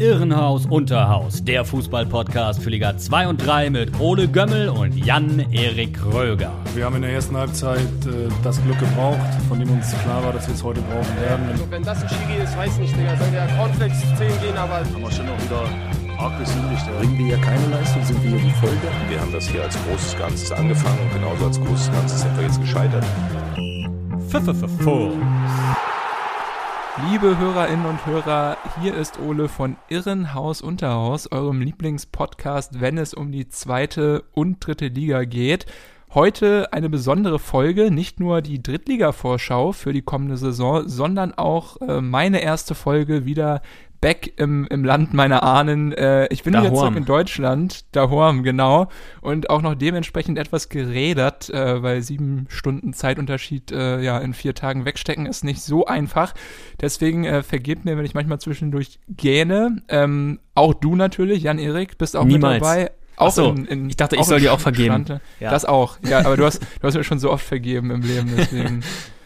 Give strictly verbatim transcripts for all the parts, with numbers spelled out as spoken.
Irrenhaus Unterhaus, der Fußball-Podcast für Liga zwei und drei mit Ole Gömmel und Jan-Erik Röger. Wir haben in der ersten Halbzeit äh, das Glück gebraucht, von dem uns klar war, dass wir es heute brauchen werden. Also, wenn das ein Schiri ist, weiß nicht, Digga. Soll der Cornflakes zehn gehen, aber... Haben wir schon auch wieder arg gesündigt. Bringen wir ja keine Leistung, sind wir hier die Folge. Wir haben das hier als großes Ganzes angefangen und genauso als großes Ganzes sind wir jetzt gescheitert. F-F-F-F. Liebe Hörerinnen und Hörer, hier ist Ole von Irrenhaus Unterhaus, eurem Lieblingspodcast, wenn es um die zweite und dritte Liga geht. Heute eine besondere Folge, nicht nur die Drittliga-Vorschau für die kommende Saison, sondern auch äh, meine erste Folge wieder back im, im Land meiner Ahnen. Äh, ich bin Daheim. wieder zurück in Deutschland, daheim, genau, und auch noch dementsprechend etwas gerädert, äh, weil sieben Stunden Zeitunterschied äh, ja in vier Tagen wegstecken ist nicht so einfach. Deswegen äh, vergebt mir, wenn ich manchmal zwischendurch gähne. Ähm, auch du natürlich, Jan-Erik, bist auch Niemals. mit dabei. Auch Ach so, in, in, ich dachte, ich auch soll in dir auch vergeben. Schlante. Ja. Das auch, ja, aber du hast, du hast mir schon so oft vergeben im Leben, deswegen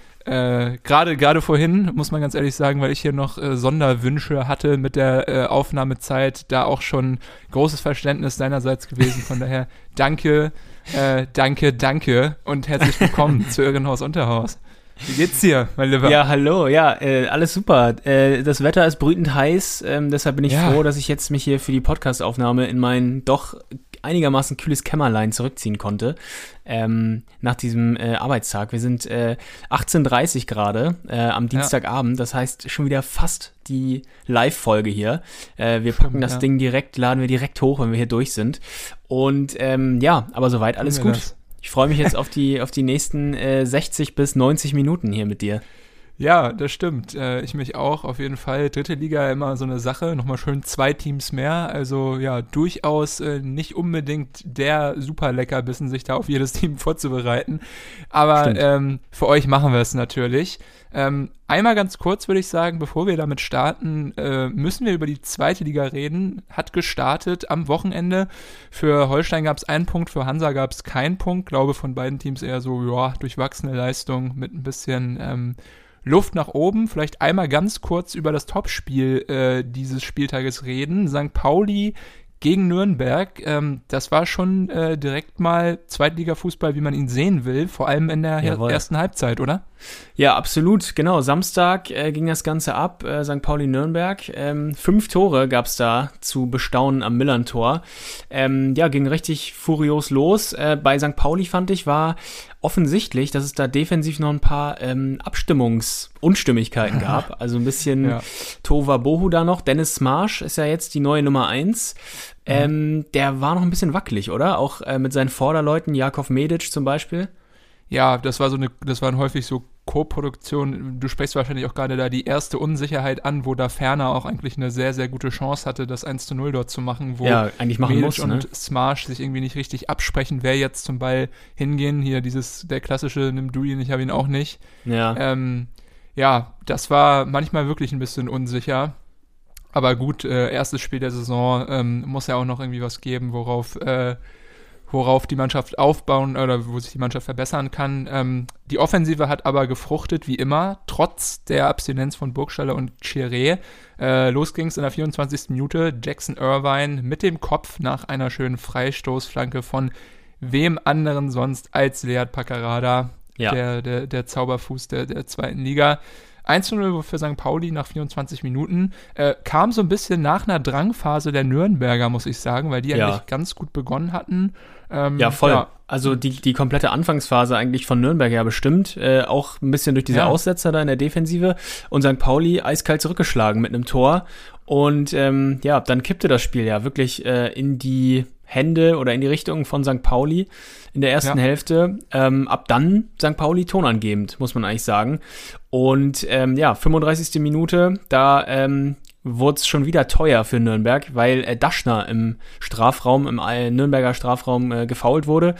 äh, gerade gerade vorhin, muss man ganz ehrlich sagen, weil ich hier noch äh, Sonderwünsche hatte mit der äh, Aufnahmezeit, da auch schon großes Verständnis deinerseits gewesen, von daher danke, äh, danke, danke und herzlich willkommen zu Irrenhaus Unterhaus. Wie geht's dir, mein Lieber? Ja, hallo, ja, äh, alles super. Äh, das Wetter ist brütend heiß, ähm, deshalb bin ich Ja. froh, dass ich jetzt mich hier für die Podcastaufnahme in mein doch einigermaßen kühles Kämmerlein zurückziehen konnte, ähm, nach diesem äh, Arbeitstag. Wir sind äh, achtzehn Uhr dreißig gerade äh, am Dienstagabend, das heißt schon wieder fast die Live-Folge hier. Äh, wir packen Stimmt, das ja. Ding direkt, laden wir direkt hoch, wenn wir hier durch sind. Und ähm, ja, aber soweit alles Tun wir gut. das. Ich freue mich jetzt auf die, auf die nächsten äh, sechzig bis neunzig Minuten hier mit dir. Ja, das stimmt. Äh, ich mich auch, auf jeden Fall. Dritte Liga immer so eine Sache. Nochmal schön zwei Teams mehr. Also ja, durchaus äh, nicht unbedingt der super Leckerbissen, sich da auf jedes Team vorzubereiten. Aber ähm, für euch machen wir es natürlich. Ähm, einmal ganz kurz würde ich sagen, bevor wir damit starten, äh, müssen wir über die zweite Liga reden. Hat gestartet am Wochenende. Für Holstein gab es einen Punkt, für Hansa gab es keinen Punkt. Glaube von beiden Teams eher so, ja, durchwachsene Leistung mit ein bisschen ähm, Luft nach oben. Vielleicht einmal ganz kurz über das Topspiel äh, dieses Spieltages reden. Sankt Pauli gegen Nürnberg. Ähm, das war schon äh, direkt mal Zweitliga-Fußball, wie man ihn sehen will. Vor allem in der Jawohl. ersten Halbzeit, oder? Ja, absolut, genau. Samstag äh, ging das Ganze ab, äh, Sankt Pauli-Nürnberg. Ähm, fünf Tore gab's da zu bestaunen am Millern-Tor. Ähm, ja, ging richtig furios los. Äh, bei Sankt Pauli, fand ich, war offensichtlich, dass es da defensiv noch ein paar ähm, Abstimmungsunstimmigkeiten gab. Also ein bisschen Ja. Tohuwabohu da noch. Dennis Smarsch ist ja jetzt die neue Nummer eins. Ähm, der war noch ein bisschen wackelig, oder? Auch äh, mit seinen Vorderleuten, Jakov Medic zum Beispiel. Ja, das war so eine, das waren häufig so Co-Produktionen. Du sprichst wahrscheinlich auch gerade da die erste Unsicherheit an, wo da Ferner auch eigentlich eine sehr, sehr gute Chance hatte, das eins zu null dort zu machen, wo Ja, eigentlich machen Medic muss, ne? und Smarsch sich irgendwie nicht richtig absprechen, wer jetzt zum Ball hingehen. Hier dieses, der klassische, nimm du ihn, ich habe ihn auch nicht. Ja. Ähm, ja, das war manchmal wirklich ein bisschen unsicher. Aber gut, äh, erstes Spiel der Saison, ähm, muss ja auch noch irgendwie was geben, worauf äh, worauf die Mannschaft aufbauen oder wo sich die Mannschaft verbessern kann. Ähm, die Offensive hat aber gefruchtet, wie immer, trotz der Abstinenz von Burgstaller und Chiré. Äh, los ging's in der vierundzwanzigsten Minute. Jackson Irvine mit dem Kopf nach einer schönen Freistoßflanke von wem anderen sonst als Lead Paccarada, Ja. der, der, der Zauberfuß der, der zweiten Liga. eins zu null für Sankt Pauli nach vierundzwanzig Minuten. Äh, kam so ein bisschen nach einer Drangphase der Nürnberger, muss ich sagen, weil die Ja. eigentlich ganz gut begonnen hatten. Ähm, Ja, voll. Ja, Also die, die komplette Anfangsphase eigentlich von Nürnberg ja bestimmt, äh, auch ein bisschen durch diese Ja. Aussetzer da in der Defensive und Sankt Pauli eiskalt zurückgeschlagen mit einem Tor und ähm, ja, dann kippte das Spiel ja wirklich äh, in die Hände oder in die Richtung von Sankt Pauli in der ersten Ja. Hälfte. Ähm, ab dann Sankt Pauli tonangebend, muss man eigentlich sagen. Und ähm, ja, fünfunddreißigste Minute, da ähm, wurde es schon wieder teuer für Nürnberg, weil äh, Daschner im Strafraum, im äh, Nürnberger Strafraum äh, gefoult wurde.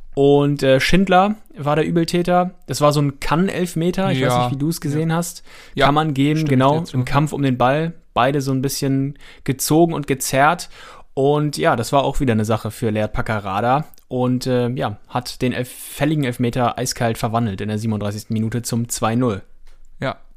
Und äh, Schindler war der Übeltäter. Das war so ein Kann-Elfmeter. Ich Ja. weiß nicht, wie du es gesehen hast. Ja, Kann man geben, stimme ich genau, dir zu. im Kampf um den Ball. Beide so ein bisschen gezogen und gezerrt. Und ja, das war auch wieder eine Sache für Lead Paccarada. Und äh, ja, hat den elf- fälligen Elfmeter eiskalt verwandelt in der siebenunddreißigsten Minute zum zwei null. Ja,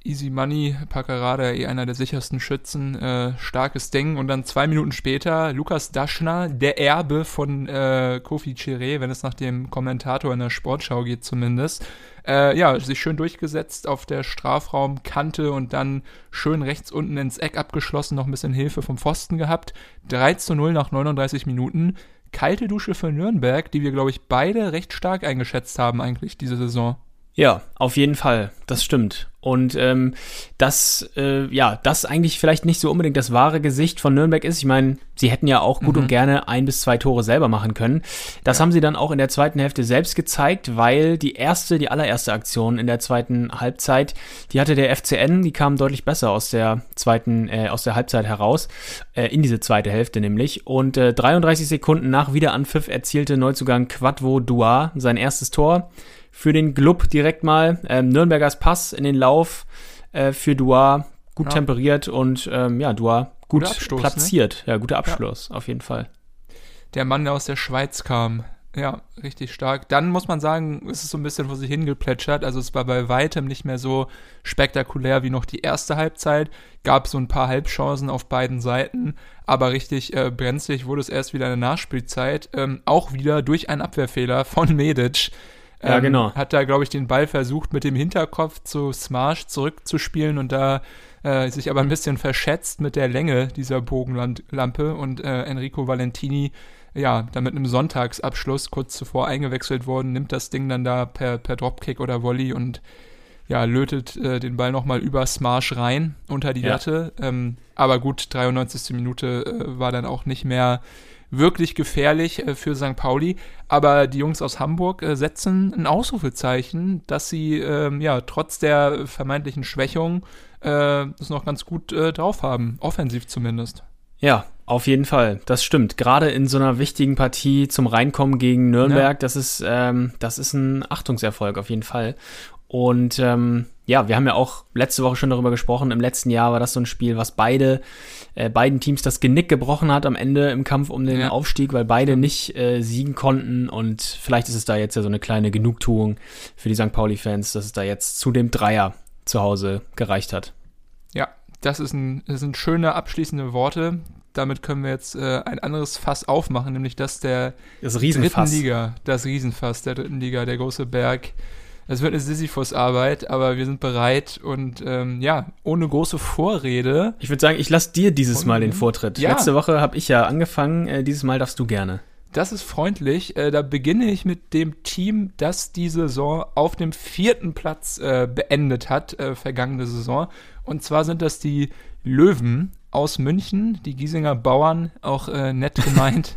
easy money, Paccarada, eh einer der sichersten Schützen, äh, starkes Ding. Und dann zwei Minuten später Lukas Daschner, der Erbe von äh, Kofi Chiré, wenn es nach dem Kommentator in der Sportschau geht zumindest, äh, ja, sich schön durchgesetzt auf der Strafraumkante und dann schön rechts unten ins Eck abgeschlossen, noch ein bisschen Hilfe vom Pfosten gehabt. drei zu null nach neununddreißig Minuten. Kalte Dusche für Nürnberg, die wir, glaube ich, beide recht stark eingeschätzt haben eigentlich diese Saison. Ja, auf jeden Fall, das stimmt. Und ähm, das, äh, ja, das eigentlich vielleicht nicht so unbedingt das wahre Gesicht von Nürnberg ist. Ich meine, sie hätten ja auch gut mhm. und gerne ein bis zwei Tore selber machen können. Das ja. haben sie dann auch in der zweiten Hälfte selbst gezeigt, weil die erste, die allererste Aktion in der zweiten Halbzeit, die hatte der F C N, die kam deutlich besser aus der zweiten, äh, aus der Halbzeit heraus, äh, in diese zweite Hälfte nämlich. Und äh, dreiunddreißig Sekunden nach Wiederanpfiff erzielte Neuzugang Kwadwo Duar sein erstes Tor. Für den Glub direkt mal. Ähm, Nürnbergers Pass in den Lauf äh, für Duar. Gut ja. temperiert und ähm, ja, Duar gut Abstoß, platziert. Ne? Ja, guter Abschluss, ja. auf jeden Fall. Der Mann, der aus der Schweiz kam. Ja, richtig stark. Dann muss man sagen, ist es so ein bisschen vor sich hingeplätschert. Also es war bei weitem nicht mehr so spektakulär wie noch die erste Halbzeit. Gab so ein paar Halbchancen auf beiden Seiten. Aber richtig äh, brenzlig wurde es erst wieder in der Nachspielzeit. Ähm, auch wieder durch einen Abwehrfehler von Medic. Ja, genau. Ähm, hat da, glaube ich, den Ball versucht, mit dem Hinterkopf zu Smash zurückzuspielen und da äh, sich aber ein bisschen verschätzt mit der Länge dieser Bogenlampe und äh, Enrico Valentini, ja, da mit einem Sonntagsabschluss kurz zuvor eingewechselt worden, nimmt das Ding dann da per, per Dropkick oder Volley und ja, lötet äh, den Ball nochmal über Smash rein unter die ja. Latte. Ähm, aber gut, dreiundneunzigste Minute äh, war dann auch nicht mehr wirklich gefährlich äh, für Sankt Pauli, aber die Jungs aus Hamburg äh, setzen ein Ausrufezeichen, dass sie ähm, ja trotz der vermeintlichen Schwächung äh, das noch ganz gut äh, drauf haben, offensiv zumindest. Ja, auf jeden Fall, das stimmt. Gerade in so einer wichtigen Partie zum Reinkommen gegen Nürnberg, ja. das ist ähm, das ist ein Achtungserfolg auf jeden Fall. Und ähm, ja, wir haben ja auch letzte Woche schon darüber gesprochen, im letzten Jahr war das so ein Spiel, was beide, äh, beiden Teams das Genick gebrochen hat am Ende im Kampf um den ja. Aufstieg, weil beide nicht äh, siegen konnten und vielleicht ist es da jetzt ja so eine kleine Genugtuung für die Sankt Pauli-Fans, dass es da jetzt zu dem Dreier zu Hause gereicht hat. Ja, das, ist ein, das sind schöne abschließende Worte. Damit können wir jetzt äh, ein anderes Fass aufmachen, nämlich das der das Riesenfass. dritten Liga, das Riesenfass der dritten Liga, der große Berg. Es wird eine Sisyphus-Arbeit, aber wir sind bereit und ähm, ja, ohne große Vorrede. Ich würde sagen, ich lasse dir dieses Mal den Vortritt. Ja. Letzte Woche habe ich ja angefangen, äh, dieses Mal darfst du gerne. Das ist freundlich. Äh, da beginne ich mit dem Team, das die Saison auf dem vierten Platz äh, beendet hat, äh, vergangene Saison. Und zwar sind das die Löwen aus München, die Giesinger Bauern, auch äh, nett gemeint.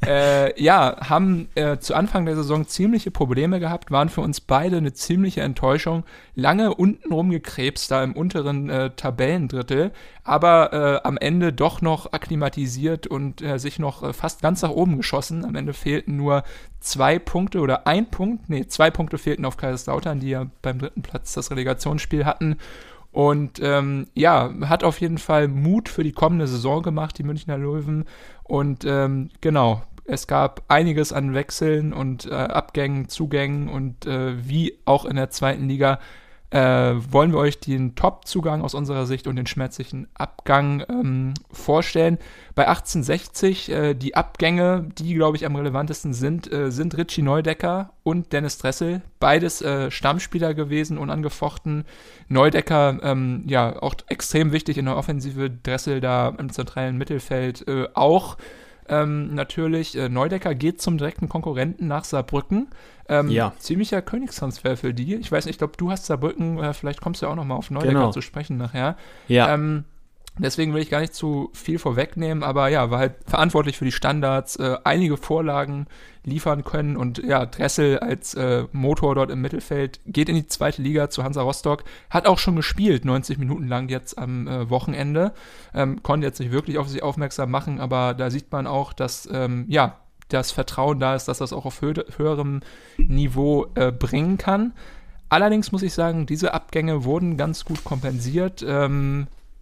äh, ja, haben äh, zu Anfang der Saison ziemliche Probleme gehabt, waren für uns beide eine ziemliche Enttäuschung, lange unten rumgekrebst, da im unteren äh, Tabellendrittel, aber äh, am Ende doch noch akklimatisiert und äh, sich noch äh, fast ganz nach oben geschossen. Am Ende fehlten nur zwei Punkte oder ein Punkt, nee, zwei Punkte fehlten auf Kaiserslautern, die ja beim dritten Platz das Relegationsspiel hatten. Und ähm, ja, hat auf jeden Fall Mut für die kommende Saison gemacht, die Münchner Löwen. Und ähm, genau, es gab einiges an Wechseln und äh, Abgängen, Zugängen und äh, wie auch in der zweiten Liga äh, wollen wir euch den Top-Zugang aus unserer Sicht und den schmerzlichen Abgang ähm, vorstellen. Bei achtzehnhundertsechzig, äh, die Abgänge, die, glaube ich, am relevantesten sind, äh, sind Richie Neudecker und Dennis Dressel. Beides äh, Stammspieler gewesen, unangefochten. Neudecker, ähm, ja, auch extrem wichtig in der Offensive. Dressel da im zentralen Mittelfeld äh, auch. Ähm, natürlich, äh, Neudecker geht zum direkten Konkurrenten nach Saarbrücken. Ähm, ja. Ziemlicher Königstransfer für die. Ich weiß nicht, ich glaube, du hast Saarbrücken, äh, vielleicht kommst du ja auch nochmal auf Neudecker genau. zu sprechen nachher. Ja. Ähm, deswegen will ich gar nicht zu viel vorwegnehmen, aber ja, war halt verantwortlich für die Standards, äh, einige Vorlagen liefern können und ja, Dressel als äh, Motor dort im Mittelfeld geht in die zweite Liga zu Hansa Rostock, hat auch schon gespielt, neunzig Minuten lang jetzt am äh, Wochenende, ähm, konnte jetzt nicht wirklich auf sich aufmerksam machen, aber da sieht man auch, dass ähm, ja, das Vertrauen da ist, dass das auch auf hö- höherem Niveau äh, bringen kann. Allerdings muss ich sagen, diese Abgänge wurden ganz gut kompensiert. Ähm,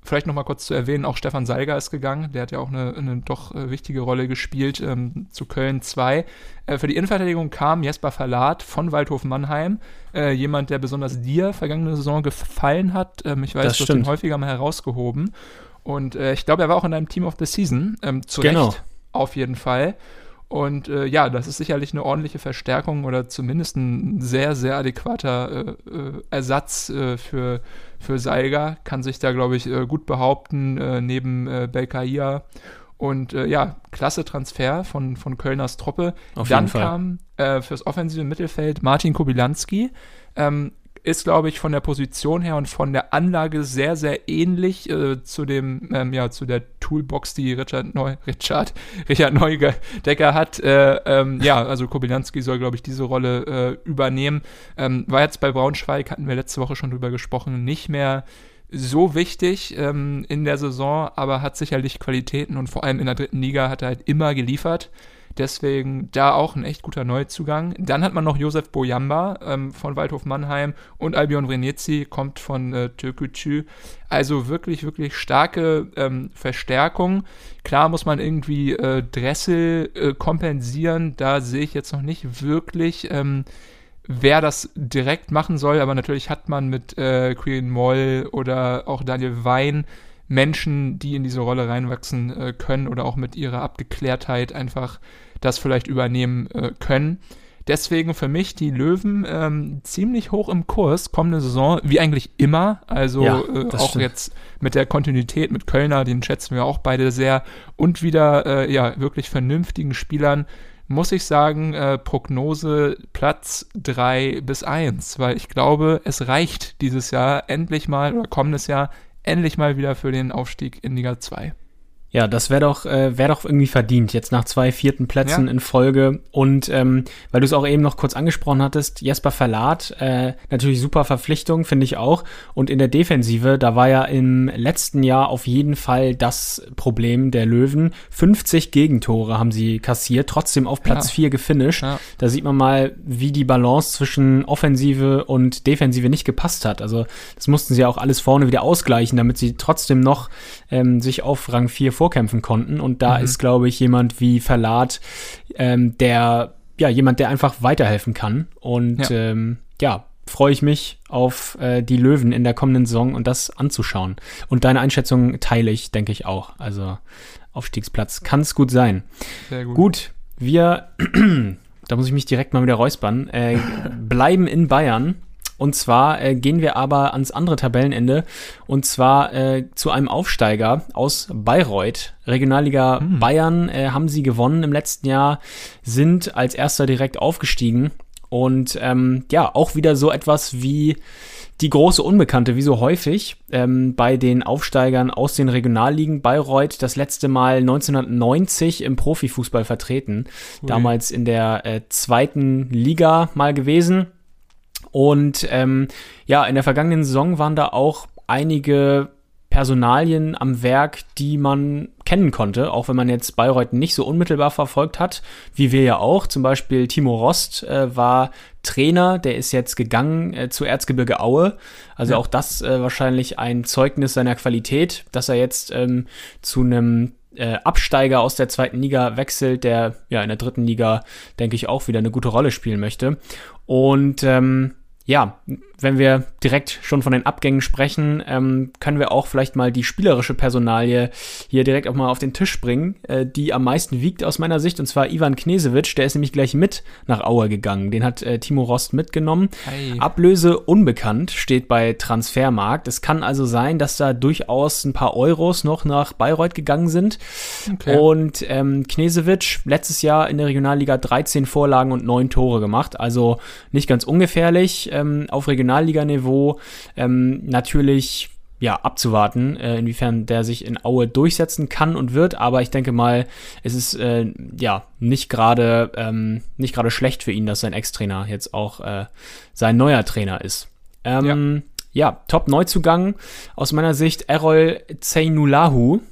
vielleicht noch mal kurz zu erwähnen, auch Stefan Seiger ist gegangen, der hat ja auch eine, eine doch äh, wichtige Rolle gespielt ähm, zu Köln zwei. Äh, für die Innenverteidigung kam Jesper Verlat von Waldhof Mannheim, äh, jemand, der besonders dir vergangene Saison gefallen hat. Ähm, ich weiß, Das du hast stimmt. ihn häufiger mal herausgehoben. Und äh, ich glaube, er war auch in deinem Team of the Season, ähm, zu Genau. Recht, auf jeden Fall. Und äh, ja, das ist sicherlich eine ordentliche Verstärkung oder zumindest ein sehr, sehr adäquater äh, äh, Ersatz äh, für, für Seiger. Kann sich da, glaube ich, äh, gut behaupten, äh, neben äh, Belkaia. Und äh, ja, klasse Transfer von, von Kölners Truppe. Auf Dann jeden Fall. kam äh, fürs offensive Mittelfeld Martin Kobylanski. Ähm, ist, glaube ich, von der Position her und von der Anlage sehr, sehr ähnlich äh, zu dem, ähm, ja, zu der Toolbox, die Richard Neu, Richard, Richard Neudecker hat. Äh, ähm, ja, also Kobylanski soll, glaube ich, diese Rolle äh, übernehmen. Ähm, war jetzt bei Braunschweig, hatten wir letzte Woche schon drüber gesprochen, nicht mehr so wichtig ähm, in der Saison, aber hat sicherlich Qualitäten und vor allem in der dritten Liga hat er halt immer geliefert. Deswegen da auch ein echt guter Neuzugang. Dann hat man noch Josef Boyamba ähm, von Waldhof Mannheim und Albion Vrenetzi kommt von äh, Türkgücü. Also wirklich, wirklich starke ähm, Verstärkung. Klar muss man irgendwie äh, Dressel äh, kompensieren. Da sehe ich jetzt noch nicht wirklich, ähm, wer das direkt machen soll. Aber natürlich hat man mit äh, Quirin Moll oder auch Daniel Wein Menschen, die in diese Rolle reinwachsen äh, können oder auch mit ihrer Abgeklärtheit einfach das vielleicht übernehmen äh, können. Deswegen für mich die Löwen ähm, ziemlich hoch im Kurs kommende Saison, wie eigentlich immer. Also Ja, äh, das auch stimmt. jetzt mit der Kontinuität mit Kölner, den schätzen wir auch beide sehr. Und wieder äh, ja wirklich vernünftigen Spielern, muss ich sagen, äh, Prognose Platz drei bis eins, weil ich glaube, es reicht dieses Jahr endlich mal oder kommendes Jahr endlich mal wieder für den Aufstieg in Liga zwei. Ja, das wäre doch, äh, wär doch irgendwie verdient, jetzt nach zwei vierten Plätzen Ja. in Folge. Und ähm, weil du es auch eben noch kurz angesprochen hattest, Jesper Verlat, äh, natürlich super Verpflichtung, finde ich auch. Und in der Defensive, da war ja im letzten Jahr auf jeden Fall das Problem der Löwen. fünfzig Gegentore haben sie kassiert, trotzdem auf Platz Ja. vier gefinisht. Ja. Da sieht man mal, wie die Balance zwischen Offensive und Defensive nicht gepasst hat. Also das mussten sie auch alles vorne wieder ausgleichen, damit sie trotzdem noch ähm, sich auf Rang vier vorkämpfen konnten. Und da Mhm. ist, glaube ich, jemand wie Verlat, ähm, der, ja, jemand, der einfach weiterhelfen kann. Und Ja. ähm, ja, freue ich mich auf äh, die Löwen in der kommenden Saison und das anzuschauen. Und deine Einschätzung teile ich, denke ich, auch. Also Aufstiegsplatz kann es gut sein. Sehr gut. Gut, wir, da muss ich mich direkt mal wieder räuspern, äh, bleiben in Bayern. Und zwar äh, gehen wir aber ans andere Tabellenende. Und zwar äh, zu einem Aufsteiger aus Bayreuth. Regionalliga Hm. Bayern äh, haben sie gewonnen im letzten Jahr, sind als erster direkt aufgestiegen. Und ähm, ja, auch wieder so etwas wie die große Unbekannte, wie so häufig ähm, bei den Aufsteigern aus den Regionalligen. Bayreuth das letzte Mal neunzehnhundertneunzig im Profifußball vertreten. Ui. Damals in der äh, zweiten Liga mal gewesen. Und ähm, ja, in der vergangenen Saison waren da auch einige Personalien am Werk, die man kennen konnte, auch wenn man jetzt Bayreuth nicht so unmittelbar verfolgt hat, wie wir ja auch. Zum Beispiel Timo Rost äh, war Trainer, der ist jetzt gegangen äh, zu Erzgebirge Aue. Also Ja. auch das äh, wahrscheinlich ein Zeugnis seiner Qualität, dass er jetzt ähm, zu einem äh, Absteiger aus der zweiten Liga wechselt, der ja in der dritten Liga, denke ich, auch wieder eine gute Rolle spielen möchte. Und ähm, ja, wenn wir direkt schon von den Abgängen sprechen, ähm, können wir auch vielleicht mal die spielerische Personalie hier direkt auch mal auf den Tisch bringen, äh, die am meisten wiegt aus meiner Sicht, und zwar Ivan Knesewitsch, der ist nämlich gleich mit nach Aue gegangen. Den hat äh, Timo Rost mitgenommen. Ei. Ablöse unbekannt steht bei Transfermarkt. Es kann also sein, dass da durchaus ein paar Euros noch nach Bayreuth gegangen sind. Okay. Und ähm, Knesewitsch letztes Jahr in der Regionalliga dreizehn Vorlagen und neun Tore gemacht. Also nicht ganz ungefährlich ähm, auf Regionalliganiveau. Ähm, natürlich ja abzuwarten, äh, inwiefern der sich in Aue durchsetzen kann und wird. Aber ich denke mal, es ist äh, ja nicht gerade ähm, nicht gerade schlecht für ihn, dass sein Ex-Trainer jetzt auch äh, sein neuer Trainer ist. Ähm, ja. Ja, Top-Neuzugang aus meiner Sicht Errol Zeynulahu,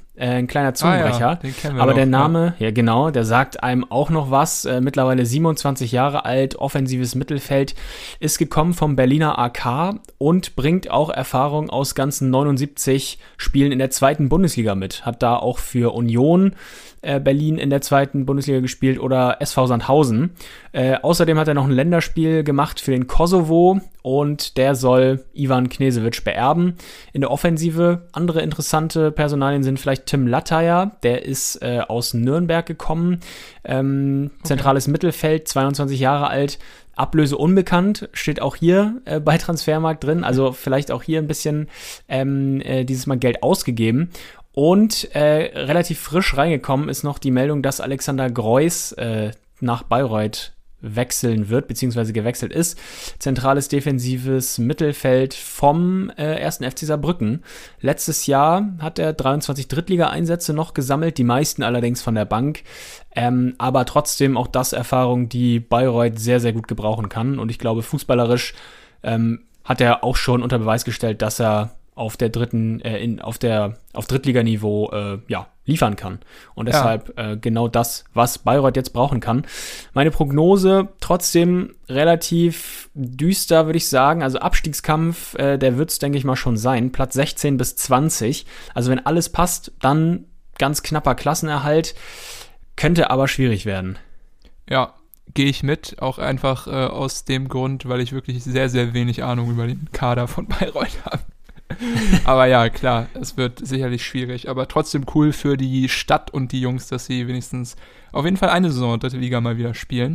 Äh, ein kleiner Zungenbrecher. Ah ja, den kennen wir Aber noch, der Name, ja. ja genau, der sagt einem auch noch was. Äh, mittlerweile siebenundzwanzig Jahre alt, offensives Mittelfeld, ist gekommen vom Berliner A K und bringt auch Erfahrung aus ganzen neunundsiebzig Spielen in der zweiten Bundesliga mit. Hat da auch für Union äh, Berlin in der zweiten Bundesliga gespielt oder S V Sandhausen. Äh, außerdem hat er noch ein Länderspiel gemacht für den Kosovo und der soll Ivan Knežević beerben. In der Offensive andere interessante Personalien sind vielleicht Tim Lattaja, der ist äh, aus Nürnberg gekommen, ähm, okay. Zentrales Mittelfeld, zweiundzwanzig Jahre alt, Ablöse unbekannt, steht auch hier äh, bei Transfermarkt drin, also vielleicht auch hier ein bisschen ähm, äh, dieses Mal Geld ausgegeben. Und äh, relativ frisch reingekommen ist noch die Meldung, dass Alexander Greus äh, nach Bayreuth wechseln wird, beziehungsweise gewechselt ist. Zentrales defensives Mittelfeld vom äh, ersten F C Saarbrücken. Letztes Jahr hat er dreiundzwanzig Drittliga-Einsätze noch gesammelt, die meisten allerdings von der Bank. Ähm, aber trotzdem auch das Erfahrung, die Bayreuth sehr, sehr gut gebrauchen kann. Und ich glaube, fußballerisch ähm, hat er auch schon unter Beweis gestellt, dass er auf der dritten, äh, in, auf der, auf Drittliganiveau, äh, ja, liefern kann. Und deshalb ja. äh, genau das, was Bayreuth jetzt brauchen kann. Meine Prognose trotzdem relativ düster, würde ich sagen. Also Abstiegskampf, äh, der wird es, denke ich mal, schon sein. Platz sechzehn bis zwanzig. Also wenn alles passt, dann ganz knapper Klassenerhalt. Könnte aber schwierig werden. Ja, gehe ich mit. Auch einfach äh, aus dem Grund, weil ich wirklich sehr, sehr wenig Ahnung über den Kader von Bayreuth habe. Aber ja, klar, es wird sicherlich schwierig, aber trotzdem cool für die Stadt und die Jungs, dass sie wenigstens auf jeden Fall eine Saison dritte Liga mal wieder spielen.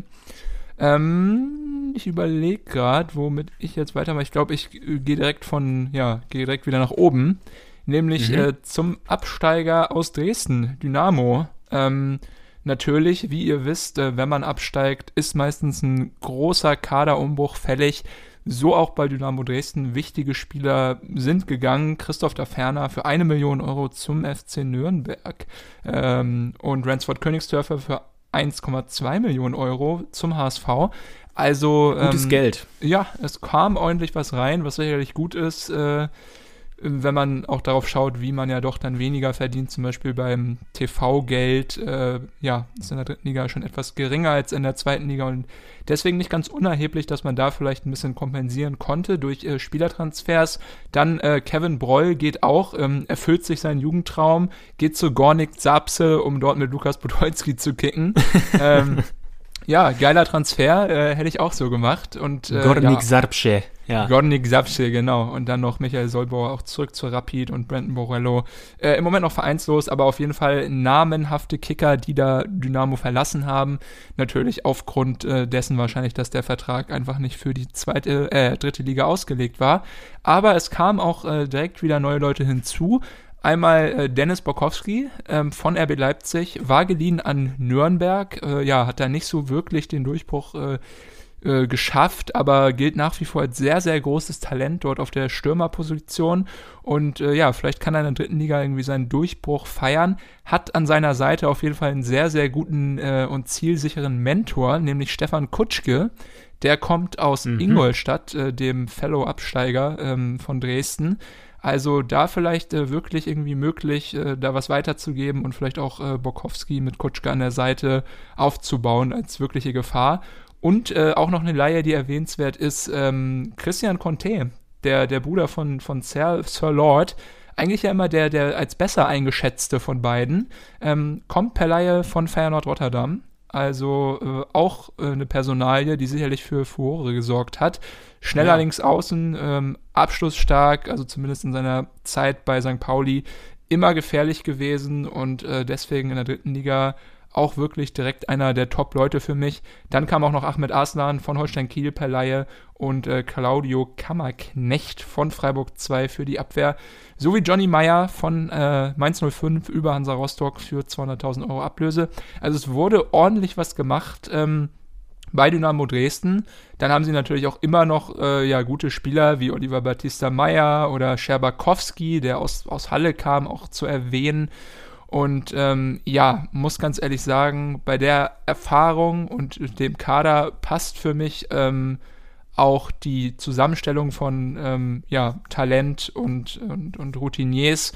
Ähm, ich überlege gerade, womit ich jetzt weitermache. Ich glaube, ich äh, gehe direkt von, ja, gehe direkt wieder nach oben, nämlich mhm. äh, zum Absteiger aus Dresden, Dynamo. Ähm, natürlich, wie ihr wisst, äh, wenn man absteigt, ist meistens ein großer Kaderumbruch fällig. So auch bei Dynamo Dresden. Wichtige Spieler sind gegangen. Christoph Daferner für eine Million Euro zum F C Nürnberg ähm, und Ransford Königsdörfer für eins Komma zwei Millionen Euro zum H S V. Also gutes ähm, Geld. Ja, es kam ordentlich was rein, was sicherlich gut ist, äh, wenn man auch darauf schaut, wie man ja doch dann weniger verdient, zum Beispiel beim T V-Geld, äh, ja, ist in der dritten Liga schon etwas geringer als in der zweiten Liga und deswegen nicht ganz unerheblich, dass man da vielleicht ein bisschen kompensieren konnte durch äh, Spielertransfers. Dann äh, Kevin Broll geht auch, ähm, erfüllt sich seinen Jugendtraum, geht zu Gornik Zabrze, um dort mit Lukas Podolski zu kicken. ähm, Ja, geiler Transfer, äh, hätte ich auch so gemacht. Und, äh, Gornik ja, Zabrze, ja. Gornik Zabrze, genau. Und dann noch Michael Solbauer auch zurück zur Rapid und Brandon Borello. Äh, Im Moment noch vereinslos, aber auf jeden Fall namenhafte Kicker, die da Dynamo verlassen haben. Natürlich aufgrund äh, dessen wahrscheinlich, dass der Vertrag einfach nicht für die zweite, äh, dritte Liga ausgelegt war. Aber es kamen auch äh, direkt wieder neue Leute hinzu. Einmal äh, Dennis Borkowski ähm, von R B Leipzig, war geliehen an Nürnberg, äh, ja, hat da nicht so wirklich den Durchbruch äh, äh, geschafft, aber gilt nach wie vor als sehr, sehr großes Talent dort auf der Stürmerposition und äh, ja, vielleicht kann er in der dritten Liga irgendwie seinen Durchbruch feiern, hat an seiner Seite auf jeden Fall einen sehr, sehr guten äh, und zielsicheren Mentor, nämlich Stefan Kutschke. Der kommt aus mhm. Ingolstadt, äh, dem Fellow-Absteiger ähm, von Dresden. Also da vielleicht äh, wirklich irgendwie möglich, äh, da was weiterzugeben und vielleicht auch äh, Borkowski mit Kutschke an der Seite aufzubauen als wirkliche Gefahr. Und äh, auch noch eine Leihe, die erwähnenswert ist, ähm, Christian Conte, der, der Bruder von, von Sir, Sir Lord, eigentlich ja immer der, der als besser eingeschätzte von beiden, ähm, kommt per Leihe von Feyenoord Rotterdam. Also äh, auch äh, eine Personalie, die sicherlich für Furore gesorgt hat. Schneller ja. links außen, ähm, abschlussstark, also zumindest in seiner Zeit bei Sankt Pauli immer gefährlich gewesen und äh, deswegen in der dritten Liga auch wirklich direkt einer der Top-Leute für mich. Dann kam auch noch Ahmed Arslan von Holstein Kiel per Leihe und äh, Claudio Kammerknecht von Freiburg zwei für die Abwehr, sowie Johnny Meyer von äh, Mainz null fünf über Hansa Rostock für zweihunderttausend Euro Ablöse. Also es wurde ordentlich was gemacht ähm, bei Dynamo Dresden. Dann haben sie natürlich auch immer noch äh, ja, gute Spieler wie Oliver Battista Meyer oder Scherbakowski, der aus, aus Halle kam, auch zu erwähnen. Und ähm, ja, muss ganz ehrlich sagen, bei der Erfahrung und dem Kader passt für mich ähm, auch die Zusammenstellung von ähm, ja, Talent und, und, und Routiniers.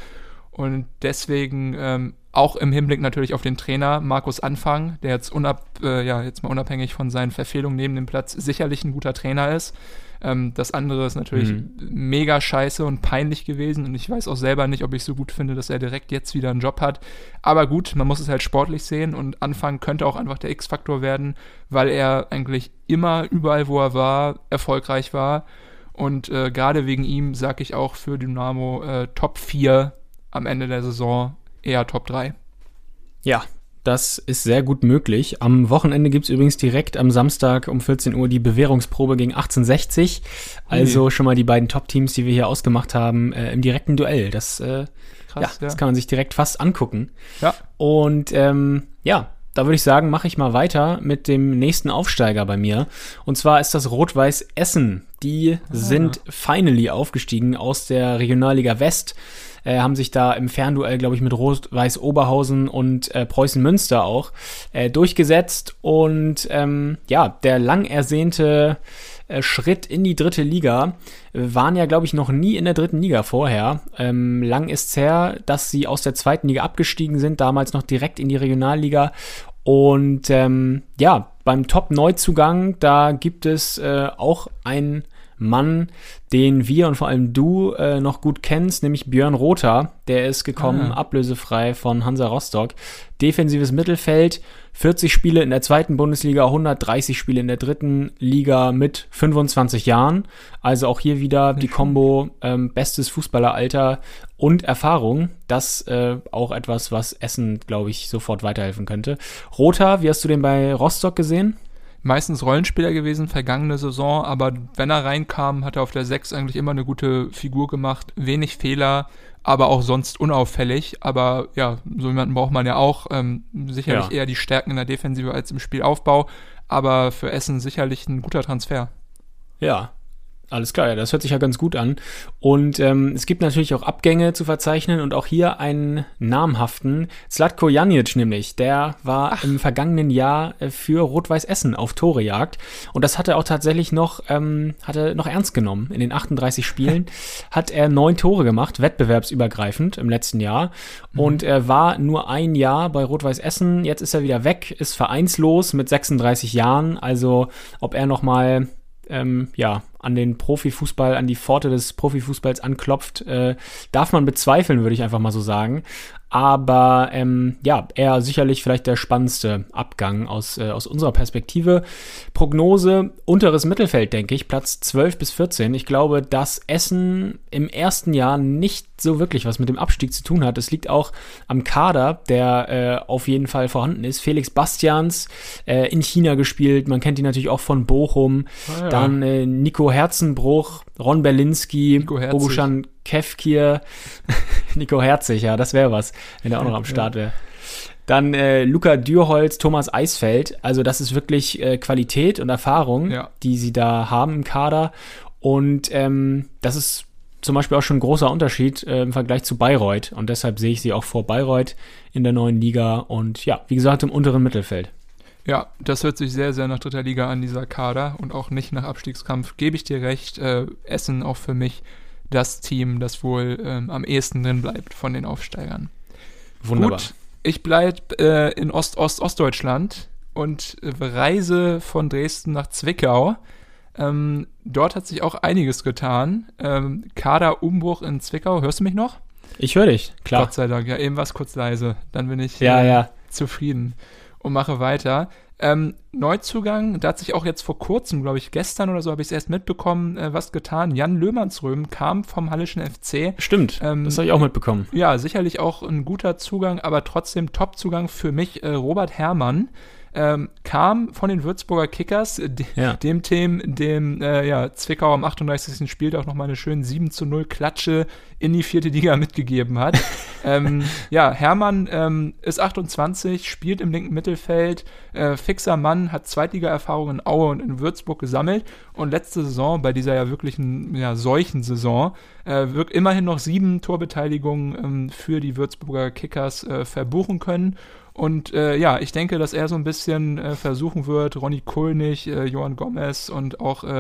Und deswegen ähm, auch im Hinblick natürlich auf den Trainer Markus Anfang, der jetzt, unab, äh, ja, jetzt mal unabhängig von seinen Verfehlungen neben dem Platz sicherlich ein guter Trainer ist. Ähm, das andere ist natürlich mhm. mega scheiße und peinlich gewesen und ich weiß auch selber nicht, ob ich so gut finde, dass er direkt jetzt wieder einen Job hat. Aber gut, man muss es halt sportlich sehen und Anfang könnte auch einfach der X-Faktor werden, weil er eigentlich immer überall, wo er war, erfolgreich war. Und äh, gerade wegen ihm sage ich auch für Dynamo äh, Top vier am Ende der Saison, eher Top drei. Ja, das ist sehr gut möglich. Am Wochenende gibt es übrigens direkt am Samstag um vierzehn Uhr die Bewährungsprobe gegen achtzehnhundertsechzig. Also okay. Schon mal die beiden Top-Teams, die wir hier ausgemacht haben, äh, im direkten Duell. Das, äh, Krass, ja, ja. das kann man sich direkt fast angucken. Ja. Und ähm, ja, da würde ich sagen, mache ich mal weiter mit dem nächsten Aufsteiger bei mir. Und zwar ist das Rot-Weiß Essen. Die ah. sind finally aufgestiegen aus der Regionalliga West. Äh, haben sich da im Fernduell, glaube ich, mit Rot-Weiß Oberhausen und äh, Preußen Münster auch äh, durchgesetzt. Und ähm, ja, der lang ersehnte äh, Schritt in die dritte Liga äh, waren ja, glaube ich, noch nie in der dritten Liga vorher. Ähm, lang ist's her, dass sie aus der zweiten Liga abgestiegen sind, damals noch direkt in die Regionalliga. Und ähm, ja, beim Top-Neuzugang, da gibt es äh, auch einen Mann, den wir und vor allem du äh, noch gut kennst, nämlich Björn Rother. Der ist gekommen, ah. ablösefrei von Hansa Rostock. Defensives Mittelfeld, vierzig Spiele in der zweiten Bundesliga, hundertdreißig Spiele in der dritten Liga mit fünfundzwanzig Jahren. Also auch hier wieder die Kombo ähm, bestes Fußballeralter und Erfahrung. Das äh, auch etwas, was Essen, glaube ich, sofort weiterhelfen könnte. Rother, wie hast du den bei Rostock gesehen? Meistens Rollenspieler gewesen, vergangene Saison, aber wenn er reinkam, hat er auf der sechs eigentlich immer eine gute Figur gemacht, wenig Fehler, aber auch sonst unauffällig, aber ja, so jemanden braucht man ja auch, ähm, sicherlich ja. eher die Stärken in der Defensive als im Spielaufbau, aber für Essen sicherlich ein guter Transfer. Ja, alles klar, ja, das hört sich ja ganz gut an. Und ähm, es gibt natürlich auch Abgänge zu verzeichnen und auch hier einen namhaften, Zlatko Janic nämlich, der war Ach. im vergangenen Jahr äh, für Rot-Weiß Essen auf Torejagd und das hat er auch tatsächlich noch, ähm, hat er noch ernst genommen. In den achtunddreißig Spielen hat er neun Tore gemacht, wettbewerbsübergreifend im letzten Jahr mhm. und er war nur ein Jahr bei Rot-Weiß Essen, jetzt ist er wieder weg, ist vereinslos mit sechsunddreißig Jahren, also ob er nochmal Ähm, ja, an den Profifußball, an die Pforte des Profifußballs anklopft, äh, darf man bezweifeln, würde ich einfach mal so sagen. Aber ähm, ja, eher sicherlich vielleicht der spannendste Abgang aus, äh, aus unserer Perspektive. Prognose, unteres Mittelfeld, denke ich, Platz zwölf bis vierzehn. Ich glaube, dass Essen im ersten Jahr nicht so wirklich was mit dem Abstieg zu tun hat. Es liegt auch am Kader, der äh, auf jeden Fall vorhanden ist. Felix Bastians, äh, in China gespielt. Man kennt ihn natürlich auch von Bochum. Ah, ja. Dann äh, Nico Herzenbruch, Ron Berlinski, Bogusan Kefkir, Nico Herzig, ja, das wäre was, wenn der auch noch am Start wäre. Dann äh, Luca Dürholz, Thomas Eisfeld, also das ist wirklich äh, Qualität und Erfahrung, ja. die sie da haben im Kader und ähm, das ist zum Beispiel auch schon ein großer Unterschied äh, im Vergleich zu Bayreuth und deshalb sehe ich sie auch vor Bayreuth in der neuen Liga und ja, wie gesagt, im unteren Mittelfeld. Ja, das hört sich sehr, sehr nach dritter Liga an, dieser Kader und auch nicht nach Abstiegskampf, gebe ich dir recht, äh, Essen auch für mich das Team, das wohl ähm, am ehesten drin bleibt von den Aufsteigern. Wunderbar. Gut, ich bleibe äh, in Ost-Ost-Ostdeutschland und äh, reise von Dresden nach Zwickau. Ähm, dort hat sich auch einiges getan. Ähm, Kaderumbruch in Zwickau. Hörst du mich noch? Ich höre dich, klar. Gott sei Dank. Ja, eben war es kurz leise. Dann bin ich ja, äh, ja. zufrieden und mache weiter. Ähm, Neuzugang, da hat sich auch jetzt vor kurzem, glaube ich, gestern oder so, habe ich es erst mitbekommen, äh, was getan. Jan Löhmannsröhm kam vom Hallischen F C. Stimmt, ähm, das habe ich auch mitbekommen. Ja, sicherlich auch ein guter Zugang, aber trotzdem Top-Zugang für mich. Äh, Robert Herrmann ähm, kam von den Würzburger Kickers, de- ja. dem Team, dem äh, ja, Zwickau am achtunddreißigsten Spieltag nochmal eine schöne sieben zu null Klatsche in die vierte Liga mitgegeben hat. ähm, ja, Herrmann ähm, ist achtundzwanzig, spielt im linken Mittelfeld, äh, fixer Mann, hat Zweitliga-Erfahrung in Aue und in Würzburg gesammelt und letzte Saison, bei dieser ja wirklichen ja, Seuchensaison, äh, wird immerhin noch sieben Torbeteiligungen ähm, für die Würzburger Kickers äh, verbuchen können. Und äh, ja, ich denke, dass er so ein bisschen äh, versuchen wird, Ronny Kulnig, äh, Johann Gomez und auch äh,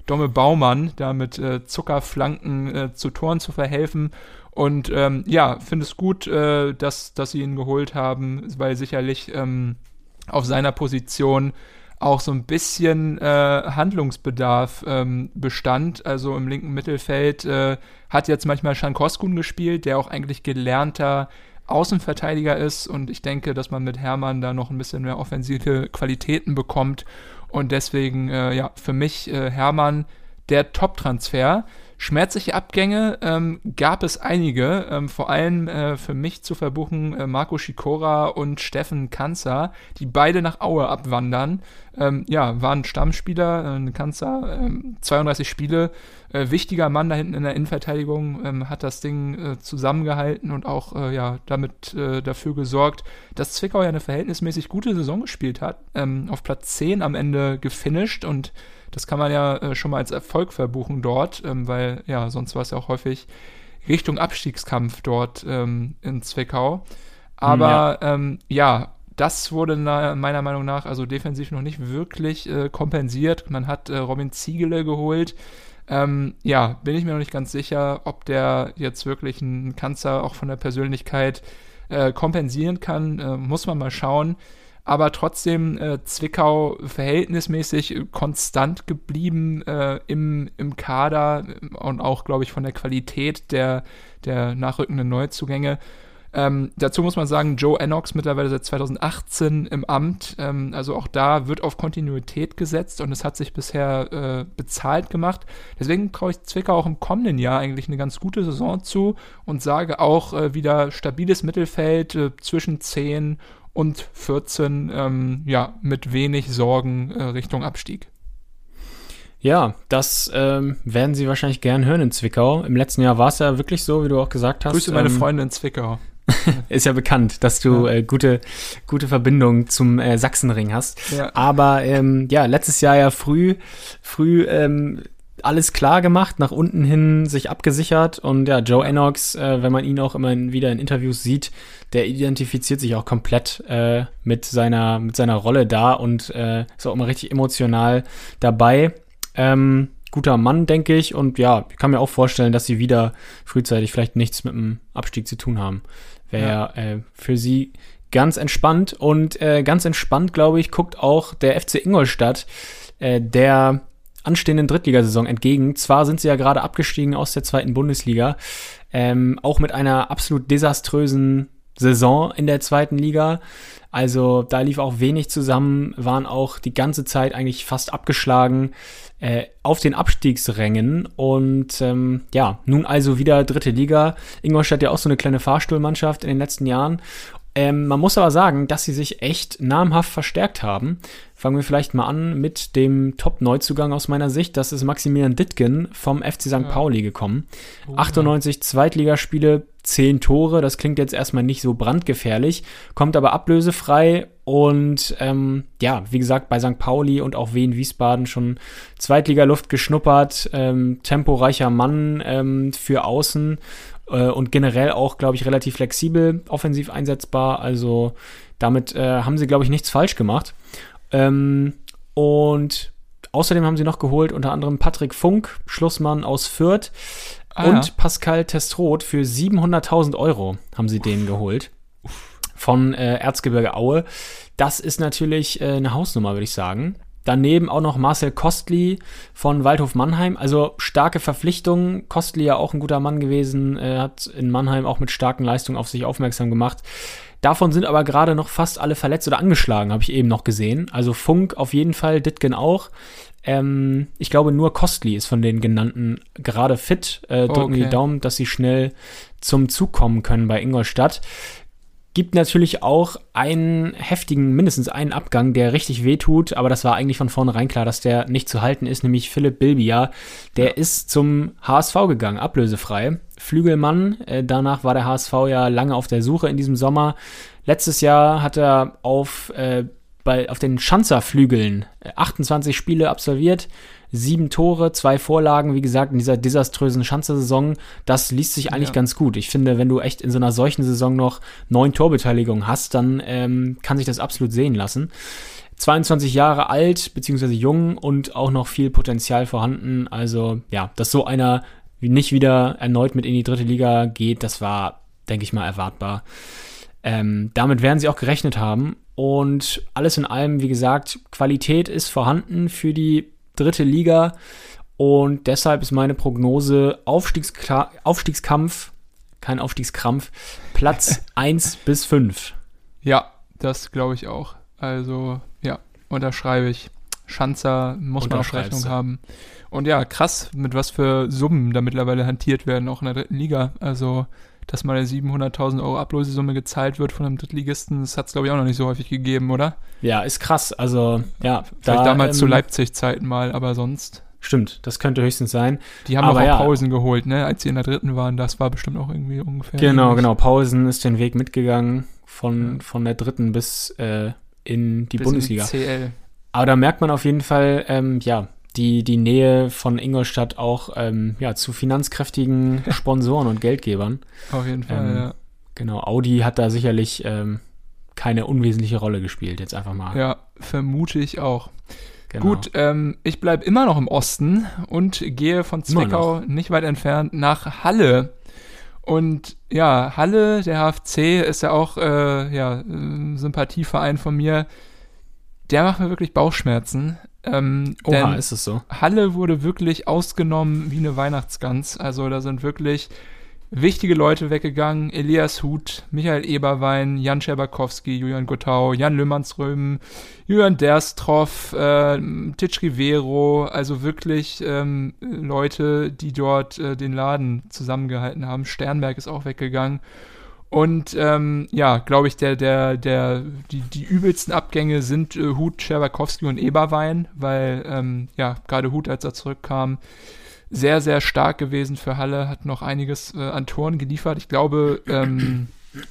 Domme Baumann da mit äh, Zuckerflanken äh, zu Toren zu verhelfen. Und ähm, ja, finde es gut, äh, dass, dass sie ihn geholt haben, weil sicherlich ähm, auf seiner Position auch so ein bisschen äh, Handlungsbedarf ähm, bestand. Also im linken Mittelfeld äh, hat jetzt manchmal Can Koskun gespielt, der auch eigentlich gelernter Außenverteidiger ist. Und ich denke, dass man mit Hermann da noch ein bisschen mehr offensive Qualitäten bekommt. Und deswegen, äh, ja, für mich äh, Hermann der Top-Transfer. Schmerzliche Abgänge ähm, gab es einige, ähm, vor allem äh, für mich zu verbuchen äh, Marco Schikora und Steffen Kanzer, die beide nach Aue abwandern. Ähm, ja, waren Stammspieler, äh, Kanzer, äh, zweiunddreißig Spiele, äh, wichtiger Mann da hinten in der Innenverteidigung, äh, hat das Ding äh, zusammengehalten und auch äh, ja, damit äh, dafür gesorgt, dass Zwickau ja eine verhältnismäßig gute Saison gespielt hat, ähm, auf Platz zehn am Ende gefinisht, und das kann man ja äh, schon mal als Erfolg verbuchen dort, ähm, weil ja, sonst war es ja auch häufig Richtung Abstiegskampf dort ähm, in Zwickau. Aber ja, ähm, ja das wurde na, meiner Meinung nach also defensiv noch nicht wirklich äh, kompensiert. Man hat äh, Robin Ziegele geholt. Ähm, ja, bin ich mir noch nicht ganz sicher, ob der jetzt wirklich einen Kanzer auch von der Persönlichkeit äh, kompensieren kann. Äh, muss man mal schauen. Aber trotzdem äh, Zwickau verhältnismäßig äh, konstant geblieben äh, im, im Kader und auch, glaube ich, von der Qualität der, der nachrückenden Neuzugänge. Ähm, dazu muss man sagen, Joe Ennox mittlerweile seit zweitausendachtzehn im Amt. Ähm, also auch da wird auf Kontinuität gesetzt und es hat sich bisher äh, bezahlt gemacht. Deswegen traue ich Zwickau auch im kommenden Jahr eigentlich eine ganz gute Saison zu und sage auch äh, wieder stabiles Mittelfeld äh, zwischen zehn und vierzehn, ähm, ja, mit wenig Sorgen äh, Richtung Abstieg. Ja, das ähm, werden Sie wahrscheinlich gern hören in Zwickau. Im letzten Jahr war es ja wirklich so, wie du auch gesagt hast. Grüße meine ähm, Freunde in Zwickau. Ist ja bekannt, dass du ja. äh, gute, gute Verbindung zum äh, Sachsenring hast. Ja. Aber ähm, ja, letztes Jahr ja früh, früh ähm, alles klar gemacht, nach unten hin sich abgesichert, und ja, Joe Ennox, äh, wenn man ihn auch immer wieder in Interviews sieht, der identifiziert sich auch komplett äh, mit seiner mit seiner Rolle da und äh, ist auch immer richtig emotional dabei. Ähm, guter Mann, denke ich, und ja, ich kann mir auch vorstellen, dass sie wieder frühzeitig vielleicht nichts mit dem Abstieg zu tun haben. Wäre ja äh, für sie ganz entspannt, und äh, ganz entspannt, glaube ich, guckt auch der F C Ingolstadt äh, der anstehenden Drittligasaison entgegen. Zwar sind sie ja gerade abgestiegen aus der zweiten Bundesliga, ähm, auch mit einer absolut desaströsen Saison in der zweiten Liga. Also da lief auch wenig zusammen, waren auch die ganze Zeit eigentlich fast abgeschlagen äh, auf den Abstiegsrängen. Und ähm, ja, nun also wieder dritte Liga. Ingolstadt ja auch so eine kleine Fahrstuhlmannschaft in den letzten Jahren. Ähm, man muss aber sagen, dass sie sich echt namhaft verstärkt haben. Fangen wir vielleicht mal an mit dem Top-Neuzugang aus meiner Sicht. Das ist Maximilian Dittgen vom F C Sankt Ja. Pauli gekommen. Oh, achtundneunzig ja. Zweitligaspiele, zehn Tore. Das klingt jetzt erstmal nicht so brandgefährlich, kommt aber ablösefrei und ähm, ja, wie gesagt, bei Sankt Pauli und auch Wien Wiesbaden schon Zweitligaluft geschnuppert. Ähm, temporeicher Mann ähm, für außen. Und generell auch, glaube ich, relativ flexibel, offensiv einsetzbar. Also damit äh, haben sie, glaube ich, nichts falsch gemacht. Ähm, und außerdem haben sie noch geholt unter anderem Patrick Funk, Schlussmann aus Fürth, ah, und ja. Pascal Testroth für siebenhunderttausend Euro haben sie den geholt von äh, Erzgebirge Aue. Das ist natürlich äh, eine Hausnummer, würde ich sagen. Daneben auch noch Marcel Kostli von Waldhof Mannheim. Also starke Verpflichtungen. Kostli ja auch ein guter Mann gewesen, äh, hat in Mannheim auch mit starken Leistungen auf sich aufmerksam gemacht. Davon sind aber gerade noch fast alle verletzt oder angeschlagen, habe ich eben noch gesehen. Also Funk auf jeden Fall, Dittgen auch. Ähm, ich glaube, nur Kostli ist von den genannten gerade fit. Äh, drücken okay. die Daumen, dass sie schnell zum Zug kommen können bei Ingolstadt. Gibt natürlich auch einen heftigen, mindestens einen Abgang, der richtig wehtut, aber das war eigentlich von vornherein klar, dass der nicht zu halten ist, nämlich Philipp Bilbia. Der ja. ist zum H S V gegangen, ablösefrei. Flügelmann, äh, danach war der H S V ja lange auf der Suche in diesem Sommer. Letztes Jahr hat er auf, äh, bei, auf den Schanzerflügeln achtundzwanzig Spiele absolviert, sieben Tore, zwei Vorlagen, wie gesagt, in dieser desaströsen Schanzer-Saison. Das liest sich eigentlich ja. ganz gut. Ich finde, wenn du echt in so einer solchen Saison noch neun Torbeteiligungen hast, dann ähm, kann sich das absolut sehen lassen. zweiundzwanzig Jahre alt, beziehungsweise jung und auch noch viel Potenzial vorhanden. Also ja, dass so einer nicht wieder erneut mit in die dritte Liga geht, das war, denke ich mal, erwartbar. Ähm, damit werden sie auch gerechnet haben. Und alles in allem, wie gesagt, Qualität ist vorhanden für die dritte Liga. Und deshalb ist meine Prognose Aufstiegskla- Aufstiegskampf, kein Aufstiegskrampf, Platz eins bis fünf. Ja, das glaube ich auch. Also, ja, unterschreibe ich. Schanzer muss man auf Rechnung haben. Und ja, krass, mit was für Summen da mittlerweile hantiert werden, auch in der dritten Liga. Also, dass mal eine siebenhunderttausend Euro Ablösesumme gezahlt wird von einem Drittligisten, das hat es, glaube ich, auch noch nicht so häufig gegeben, oder? Ja, ist krass. Also, ja. Vielleicht da, damals ähm, zu Leipzig-Zeiten mal, aber sonst... Stimmt, das könnte höchstens sein. Die haben aber auch ja. Pausen geholt, ne, als sie in der dritten waren. Das war bestimmt auch irgendwie ungefähr. Genau, ähnlich. genau. Pausen ist den Weg mitgegangen von, ja. von der dritten bis äh, in die bis Bundesliga. In die C L. Aber da merkt man auf jeden Fall, ähm, ja, die, die Nähe von Ingolstadt auch ähm, ja, zu finanzkräftigen Sponsoren und Geldgebern. Auf jeden Fall, ähm, ja. Genau, Audi hat da sicherlich ähm, keine unwesentliche Rolle gespielt, jetzt einfach mal. Ja, vermute ich auch. Genau. Gut, ähm, ich bleibe immer noch im Osten und gehe von Zwickau nicht weit entfernt nach Halle. Und ja, Halle, der H F C, ist ja auch äh, ja, ein Sympathieverein von mir. Der macht mir wirklich Bauchschmerzen. Ähm, Oha, ist es so? Halle wurde wirklich ausgenommen wie eine Weihnachtsgans. Also da sind wirklich wichtige Leute weggegangen. Elias Huth, Michael Eberwein, Jan Scherbakowski, Julian Guttau, Jan Löhmannsröben, Julian Derstroff, äh, Titsch Rivero, also wirklich ähm, Leute, die dort äh, den Laden zusammengehalten haben. Sternberg ist auch weggegangen. Und ähm, ja, glaube ich, der, der, der, die, die übelsten Abgänge sind äh, Huth, Scherbakowski und Eberwein, weil ähm, ja, gerade Huth, als er zurückkam, sehr, sehr stark gewesen für Halle, hat noch einiges äh, an Toren geliefert. Ich glaube, ähm,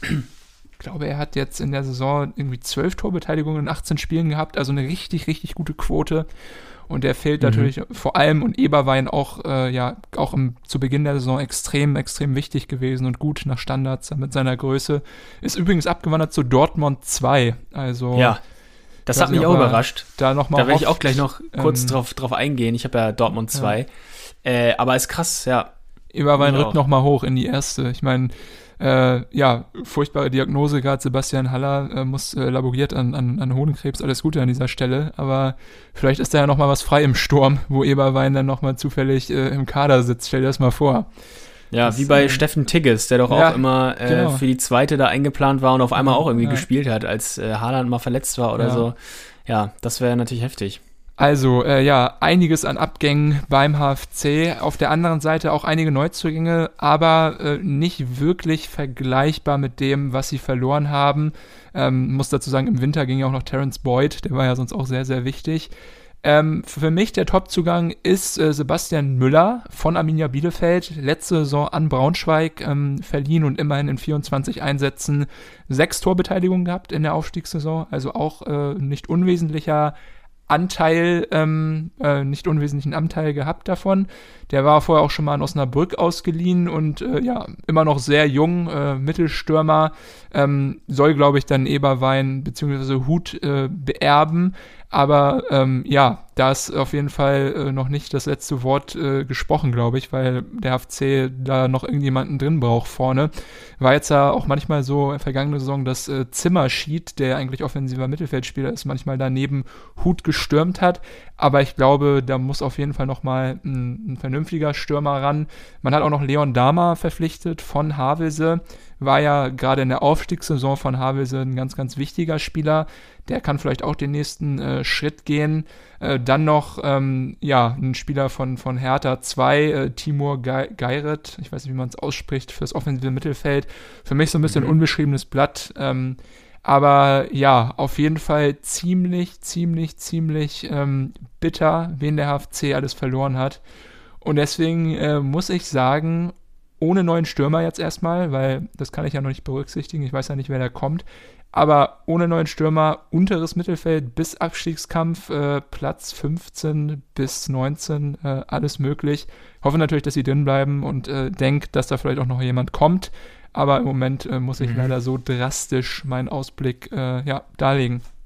ich glaube, er hat jetzt in der Saison irgendwie zwölf Torbeteiligungen in achtzehn Spielen gehabt, also eine richtig, richtig gute Quote. Und der fehlt mhm. natürlich vor allem, und Eberwein auch, äh, ja, auch im, zu Beginn der Saison extrem, extrem wichtig gewesen und gut nach Standards mit seiner Größe. Ist übrigens abgewandert zu Dortmund zwei. Also ja. Das hat mich auch überrascht. Da, noch mal da werde ich auch gleich noch kurz ähm, drauf, drauf eingehen. Ich habe ja Dortmund zwei. Ja. Äh, aber ist krass, ja. Eberwein rückt nochmal hoch in die erste. Ich meine, äh, ja, furchtbare Diagnose, gerade Sebastian Haller äh, muss äh, laboriert an, an, an Hodenkrebs, alles Gute an dieser Stelle. Aber vielleicht ist da ja nochmal was frei im Sturm, wo Eberwein dann nochmal zufällig äh, im Kader sitzt. Stell dir das mal vor. Ja, das, wie bei äh, Steffen Tigges, der doch ja, auch immer äh, genau. für die zweite da eingeplant war und auf einmal auch irgendwie ja. gespielt hat, als äh, Haaland mal verletzt war oder ja. so. Ja, das wäre natürlich heftig. Also, äh, ja, einiges an Abgängen beim H F C. Auf der anderen Seite auch einige Neuzugänge, aber äh, nicht wirklich vergleichbar mit dem, was sie verloren haben. Ähm, muss dazu sagen, im Winter ging ja auch noch Terence Boyd, der war ja sonst auch sehr, sehr wichtig. Ähm, für mich der Topzugang ist äh, Sebastian Müller von Arminia Bielefeld. Letzte Saison an Braunschweig ähm, verliehen und immerhin in vierundzwanzig Einsätzen sechs Torbeteiligungen gehabt in der Aufstiegssaison. Also auch äh, nicht unwesentlicher Anteil, ähm, äh, nicht unwesentlichen Anteil gehabt davon. Der war vorher auch schon mal in Osnabrück ausgeliehen und äh, ja, immer noch sehr jung, äh, Mittelstürmer, ähm, soll, glaube ich, dann Eberwein bzw. Huth äh, beerben. Aber ähm, ja, da ist auf jeden Fall äh, noch nicht das letzte Wort äh, gesprochen, glaube ich, weil der H F C da noch irgendjemanden drin braucht vorne. War jetzt ja auch manchmal so in der vergangenen Saison, dass äh, Zimmerschied, der eigentlich offensiver Mittelfeldspieler ist, manchmal daneben Huth gestürmt hat. Aber ich glaube, da muss auf jeden Fall nochmal ein, ein vernünftiger Stürmer ran. Man hat auch noch Leon Dahmer verpflichtet von Havelse. War ja gerade in der Aufstiegssaison von Havelse ein ganz, ganz wichtiger Spieler. Der kann vielleicht auch den nächsten äh, Schritt gehen. Äh, dann noch, ähm, ja, ein Spieler von, von Hertha zwei, äh, Timur Ge- Geiret, ich weiß nicht, wie man es ausspricht, fürs offensive Mittelfeld. Für mich so ein bisschen mhm. unbeschriebenes Blatt. Ähm, aber ja, auf jeden Fall ziemlich, ziemlich, ziemlich ähm, bitter, wen der H F C alles verloren hat. Und deswegen äh, muss ich sagen, ohne neuen Stürmer jetzt erstmal, weil das kann ich ja noch nicht berücksichtigen, ich weiß ja nicht, wer da kommt, aber ohne neuen Stürmer, unteres Mittelfeld bis Abstiegskampf, äh, Platz fünfzehn bis neunzehn, äh, alles möglich. Ich hoffe natürlich, dass sie drin bleiben und äh, denke, dass da vielleicht auch noch jemand kommt, aber im Moment äh, muss ich mhm. leider so drastisch meinen Ausblick äh, ja, darlegen.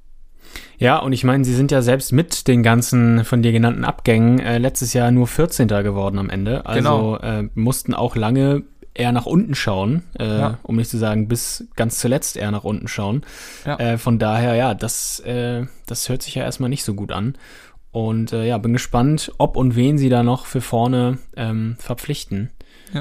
Ja, und ich meine, sie sind ja selbst mit den ganzen von dir genannten Abgängen äh, letztes Jahr nur vierzehnter geworden am Ende. Also genau. äh, mussten auch lange eher nach unten schauen, äh, ja. um nicht zu sagen, bis ganz zuletzt eher nach unten schauen. Ja. Äh, von daher, ja, das, äh, das hört sich ja erstmal nicht so gut an. Und äh, ja, bin gespannt, ob und wen sie da noch für vorne ähm, verpflichten. Ja.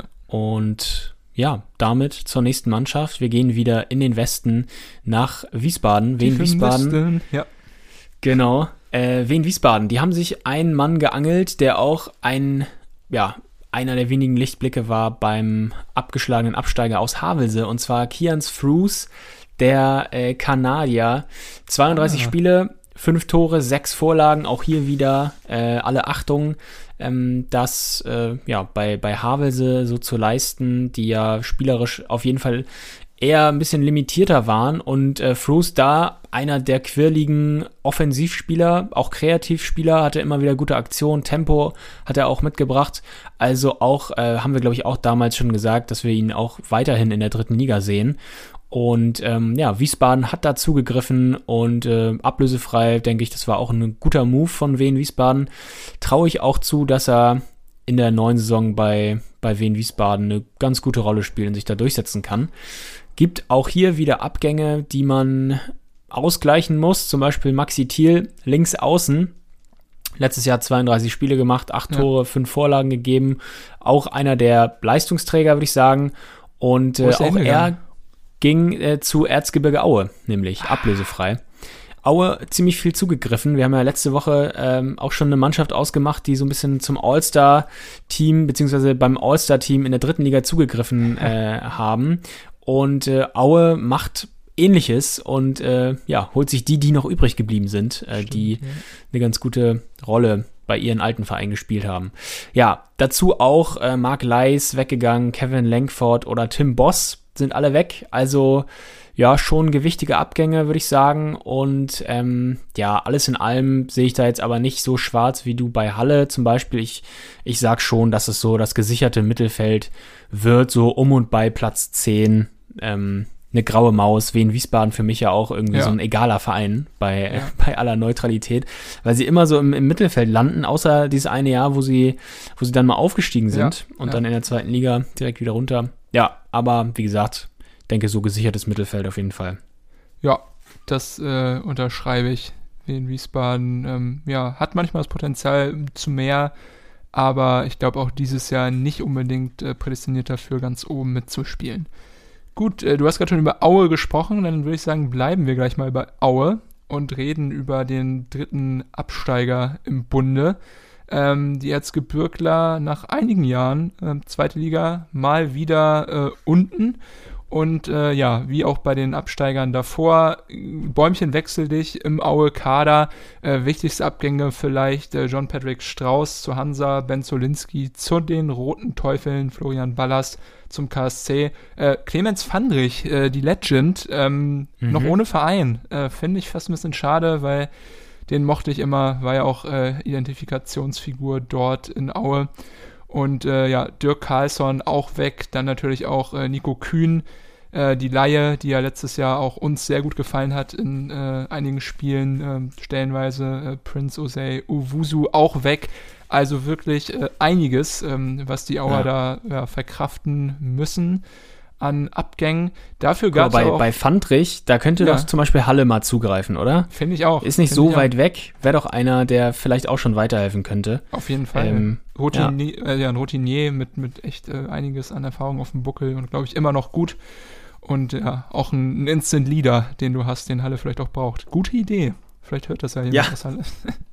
Und ja, damit zur nächsten Mannschaft. Wir gehen wieder in den Westen nach Wiesbaden. Wien Wiesbaden. Ja. Genau. Äh, Wien Wiesbaden. Die haben sich einen Mann geangelt, der auch ein, ja, einer der wenigen Lichtblicke war beim abgeschlagenen Absteiger aus Havelse, und zwar Kian Sfroos, der äh, Kanadier. zweiunddreißig ah. Spiele, fünf Tore, sechs Vorlagen, auch hier wieder äh, alle Achtung, ähm, das äh, ja, bei, bei Havelse so zu leisten, die ja spielerisch auf jeden Fall eher ein bisschen limitierter waren, und äh, Sfroos da einer der quirligen Offensivspieler, auch Kreativspieler, hatte immer wieder gute Aktionen, Tempo hat er auch mitgebracht, also auch, äh, haben wir glaube ich auch damals schon gesagt, dass wir ihn auch weiterhin in der dritten Liga sehen, und ähm, ja, Wiesbaden hat da zugegriffen und äh, ablösefrei, denke ich, das war auch ein guter Move von Wien Wiesbaden, traue ich auch zu, dass er in der neuen Saison bei, bei Wien Wiesbaden eine ganz gute Rolle spielt und sich da durchsetzen kann. Gibt auch hier wieder Abgänge, die man ausgleichen muss, zum Beispiel Maxi Thiel, links außen, letztes Jahr zweiunddreißig Spiele gemacht, acht ja. Tore, fünf Vorlagen gegeben, auch einer der Leistungsträger, würde ich sagen, und äh, auch er ging äh, zu Erzgebirge Aue, nämlich ablösefrei. Aue ziemlich viel zugegriffen. Wir haben ja letzte Woche ähm, auch schon eine Mannschaft ausgemacht, die so ein bisschen zum All-Star-Team, beziehungsweise beim All-Star-Team in der dritten Liga zugegriffen äh, haben. Und äh, Aue macht Ähnliches und äh, ja, holt sich die, die noch übrig geblieben sind, äh, Stimmt, die ja. eine ganz gute Rolle bei ihren alten Vereinen gespielt haben. Ja, dazu auch äh, Mark Leis weggegangen, Kevin Langford oder Tim Boss sind alle weg. Also ja, schon gewichtige Abgänge, würde ich sagen. Und ähm, ja, alles in allem sehe ich da jetzt aber nicht so schwarz wie du bei Halle zum Beispiel. Ich, ich sag schon, dass es so das gesicherte Mittelfeld wird, so um und bei Platz zehn. Ähm, eine graue Maus, Wien Wiesbaden für mich ja auch irgendwie ja. so ein egaler Verein bei, ja. äh, bei aller Neutralität, weil sie immer so im, im Mittelfeld landen, außer dieses eine Jahr, wo sie, wo sie dann mal aufgestiegen sind ja. und ja. dann in der zweiten Liga direkt wieder runter. Ja, aber wie gesagt, denke, so gesichertes Mittelfeld auf jeden Fall. Ja, das äh, unterschreibe ich. Wien Wiesbaden ähm, ja, hat manchmal das Potenzial zu mehr, aber ich glaube auch dieses Jahr nicht unbedingt äh, prädestiniert dafür, ganz oben mitzuspielen. Gut, äh, du hast gerade schon über Aue gesprochen, dann würde ich sagen, bleiben wir gleich mal bei Aue und reden über den dritten Absteiger im Bunde. Ähm, die Erzgebirgler nach einigen Jahren, äh, zweite Liga, mal wieder äh, unten. Und äh, ja, wie auch bei den Absteigern davor, Bäumchen wechsel dich im Aue-Kader. Äh, wichtigste Abgänge vielleicht äh, John Patrick Strauß zu Hansa, Ben Zolinski zu den Roten Teufeln, Florian Ballas zum K S C. Äh, Clemens Fandrich, äh, die Legend, ähm, mhm. noch ohne Verein. Äh, finde ich fast ein bisschen schade, weil den mochte ich immer, war ja auch äh, Identifikationsfigur dort in Aue. Und äh, ja, Dirk Karlsson auch weg, dann natürlich auch äh, Nico Kühn, äh, die Laie, die ja letztes Jahr auch uns sehr gut gefallen hat in äh, einigen Spielen, äh, stellenweise äh, Prince Osei Owusu auch weg. Also wirklich äh, einiges, ähm, was die Auer ja. da ja, verkraften müssen an Abgängen. Dafür gab es auch... Bei Fandrich, da könnte ja. doch zum Beispiel Halle mal zugreifen, oder? Finde ich auch. Ist nicht Find so weit weg. Wäre doch einer, der vielleicht auch schon weiterhelfen könnte. Auf jeden Fall. Ähm, Routinier, ja. Äh, ja, ein Routinier mit, mit echt äh, einiges an Erfahrung auf dem Buckel und glaube ich immer noch gut. Und ja, auch ein, ein Instant Leader, den du hast, den Halle vielleicht auch braucht. Gute Idee. Vielleicht hört das ja jemand ja. aus Halle.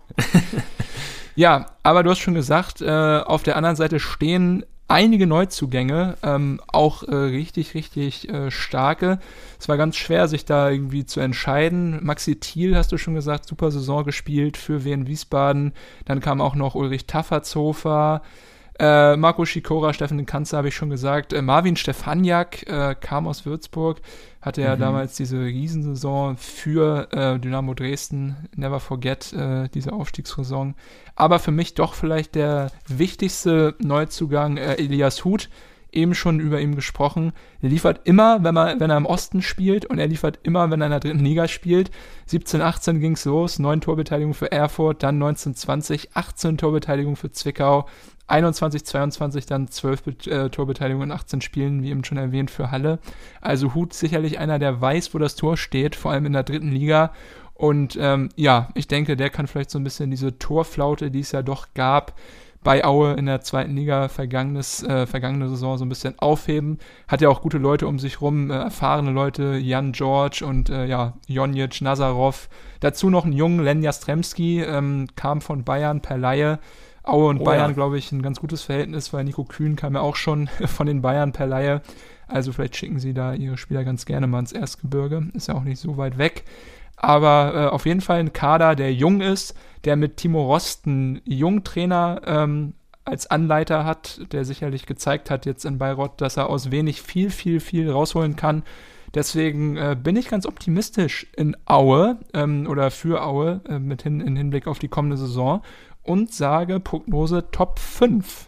Ja, aber du hast schon gesagt, äh, auf der anderen Seite stehen einige Neuzugänge, ähm, auch äh, richtig, richtig äh, starke. Es war ganz schwer, sich da irgendwie zu entscheiden. Maxi Thiel, hast du schon gesagt, super Saison gespielt für Wien Wiesbaden. Dann kam auch noch Ulrich Taffertshofer, äh, Marco Schikora, Steffen Kanzer, habe ich schon gesagt. Äh, Marvin Stefaniak äh, kam aus Würzburg, hatte ja mhm. damals diese Riesensaison für äh, Dynamo Dresden. Never forget, äh, diese Aufstiegssaison. Aber für mich doch vielleicht der wichtigste Neuzugang, äh, Elias Huth, eben schon über ihn gesprochen. Er liefert immer, wenn, man, wenn er im Osten spielt und er liefert immer, wenn er in der dritten Liga spielt. siebzehn achtzehn ging's los, neun Torbeteiligung für Erfurt, dann neunzehn zwanzig, achtzehn Torbeteiligung für Zwickau, einundzwanzig zweiundzwanzig dann zwölf äh, Torbeteiligung in achtzehn Spielen, wie eben schon erwähnt, für Halle. Also Huth sicherlich einer, der weiß, wo das Tor steht, vor allem in der dritten Liga. Und ähm, ja, ich denke, der kann vielleicht so ein bisschen diese Torflaute, die es ja doch gab, bei Aue in der zweiten Liga vergangenes, äh, vergangene Saison so ein bisschen aufheben. Hat ja auch gute Leute um sich rum, äh, erfahrene Leute, Jan George und äh, ja, Jonic, Nazarov. Dazu noch einen jungen Len Jastrzemski, ähm, kam von Bayern per Leihe. Aue und oh, Bayern, ja. glaube ich, ein ganz gutes Verhältnis, weil Nico Kühn kam ja auch schon von den Bayern per Leihe. Also vielleicht schicken sie da ihre Spieler ganz gerne mal ins Erzgebirge. Ist ja auch nicht so weit weg. Aber äh, auf jeden Fall ein Kader, der jung ist, der mit Timo Rost einen Jungtrainer ähm, als Anleiter hat, der sicherlich gezeigt hat jetzt in Bayreuth, dass er aus wenig viel, viel, viel rausholen kann. Deswegen äh, bin ich ganz optimistisch in Aue ähm, oder für Aue äh, mit hin, in Hinblick auf die kommende Saison und sage Prognose Top fünf.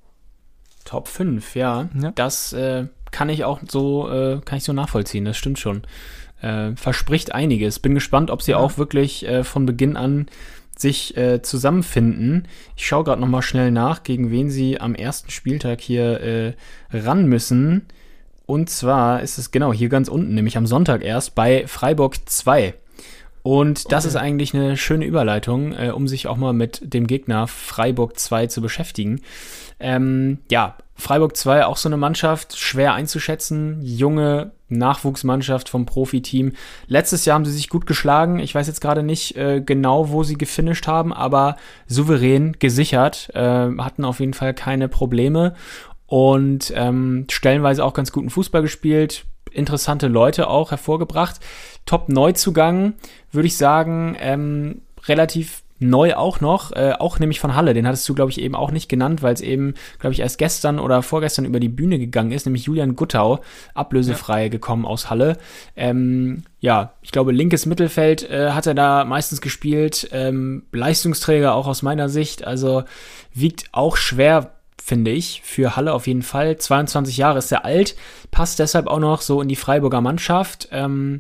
Top fünf, ja. Ja. Das äh, kann ich auch so, äh, kann ich so nachvollziehen, das stimmt schon. Äh, verspricht einiges. Bin gespannt, ob sie ja. auch wirklich äh, von Beginn an sich äh, zusammenfinden. Ich schaue gerade noch mal schnell nach, gegen wen sie am ersten Spieltag hier äh, ran müssen. Und zwar ist es genau hier ganz unten, nämlich am Sonntag erst bei Freiburg zwei. Und das okay. ist eigentlich eine schöne Überleitung, äh, um sich auch mal mit dem Gegner Freiburg zwei zu beschäftigen. Ähm, ja, Freiburg zwei, auch so eine Mannschaft, schwer einzuschätzen, junge Nachwuchsmannschaft vom Profiteam. Letztes Jahr haben sie sich gut geschlagen. Ich weiß jetzt gerade nicht äh, genau, wo sie gefinisht haben, aber souverän gesichert, äh, hatten auf jeden Fall keine Probleme und ähm, stellenweise auch ganz guten Fußball gespielt. Interessante Leute auch hervorgebracht. Top-Neuzugang, würde ich sagen, ähm, relativ neu auch noch, äh, auch nämlich von Halle, den hattest du, glaube ich, eben auch nicht genannt, weil es eben, glaube ich, erst gestern oder vorgestern über die Bühne gegangen ist, nämlich Julian Guttau, ablösefrei ja. gekommen aus Halle. Ähm, ja, ich glaube, linkes Mittelfeld äh, hat er da meistens gespielt, ähm, Leistungsträger auch aus meiner Sicht, also wiegt auch schwer, finde ich, für Halle auf jeden Fall. zweiundzwanzig Jahre ist er alt, passt deshalb auch noch so in die Freiburger Mannschaft, ähm,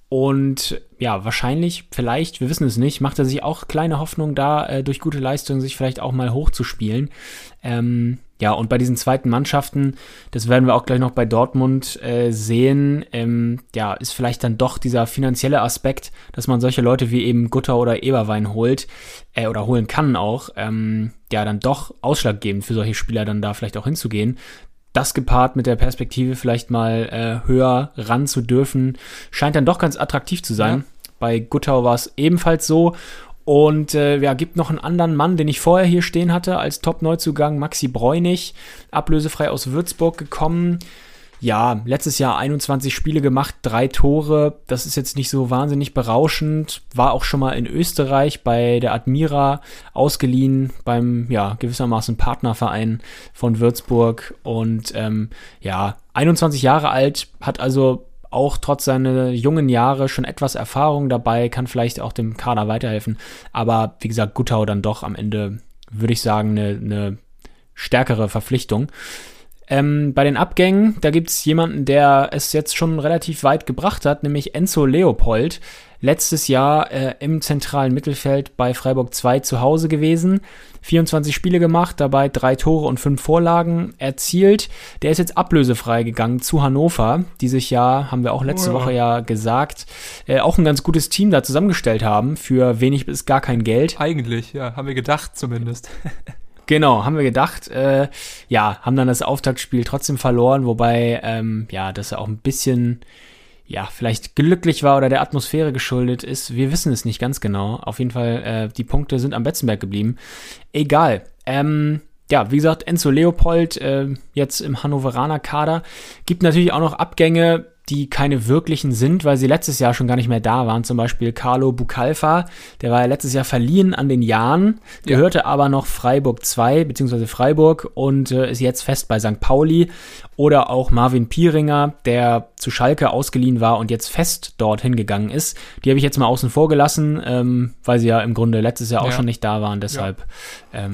und ja, wahrscheinlich, vielleicht, wir wissen es nicht, macht er sich auch kleine Hoffnung da, äh, durch gute Leistungen sich vielleicht auch mal hochzuspielen. Ähm, ja, und bei diesen zweiten Mannschaften, das werden wir auch gleich noch bei Dortmund äh, sehen, ähm, ja, ist vielleicht dann doch dieser finanzielle Aspekt, dass man solche Leute wie eben Guttau oder Eberwein holt, äh, oder holen kann auch, ähm, ja, dann doch ausschlaggebend für solche Spieler dann da vielleicht auch hinzugehen. Das gepaart mit der Perspektive vielleicht mal äh, höher ran zu dürfen, scheint dann doch ganz attraktiv zu sein. Ja. Bei Guttau war es ebenfalls so. Und äh, ja, gibt noch einen anderen Mann, den ich vorher hier stehen hatte, als Top-Neuzugang, Maxi Bräunig, ablösefrei aus Würzburg gekommen. Ja, letztes Jahr einundzwanzig Spiele gemacht, drei Tore. Das ist jetzt nicht so wahnsinnig berauschend. War auch schon mal in Österreich bei der Admira ausgeliehen, beim ja gewissermaßen Partnerverein von Würzburg. Und ähm, ja, einundzwanzig Jahre alt, hat also auch trotz seiner jungen Jahre schon etwas Erfahrung dabei, kann vielleicht auch dem Kader weiterhelfen. Aber wie gesagt, Guttau dann doch am Ende, würde ich sagen, eine, eine stärkere Verpflichtung. Ähm, bei den Abgängen, da gibt es jemanden, der es jetzt schon relativ weit gebracht hat, nämlich Enzo Leopold. Letztes Jahr äh, im zentralen Mittelfeld bei Freiburg zwei zu Hause gewesen. vierundzwanzig Spiele gemacht, dabei drei Tore und fünf Vorlagen erzielt. Der ist jetzt ablösefrei gegangen zu Hannover. Dieses Jahr, haben wir auch letzte oh ja. Woche ja gesagt, äh, auch ein ganz gutes Team da zusammengestellt haben für wenig bis gar kein Geld. Eigentlich, ja, haben wir gedacht zumindest. Genau, haben wir gedacht. Äh, ja, haben dann das Auftaktspiel trotzdem verloren, wobei, ähm, ja, dass er auch ein bisschen, ja, vielleicht glücklich war oder der Atmosphäre geschuldet ist. Wir wissen es nicht ganz genau. Auf jeden Fall, äh, die Punkte sind am Betzenberg geblieben. Egal. Ähm, ja, wie gesagt, Enzo Leopold, äh, jetzt im Hannoveraner Kader. Gibt natürlich auch noch Abgänge, die keine wirklichen sind, weil sie letztes Jahr schon gar nicht mehr da waren. Zum Beispiel Carlo Bucalfa, der war ja letztes Jahr verliehen an den Jahn, gehörte ja. aber noch Freiburg zwei, beziehungsweise Freiburg und äh, ist jetzt fest bei Sankt Pauli. Oder auch Marvin Pieringer, der zu Schalke ausgeliehen war und jetzt fest dorthin gegangen ist. Die habe ich jetzt mal außen vor gelassen, ähm, weil sie ja im Grunde letztes Jahr auch ja. schon nicht da waren. Deshalb, ja, ähm,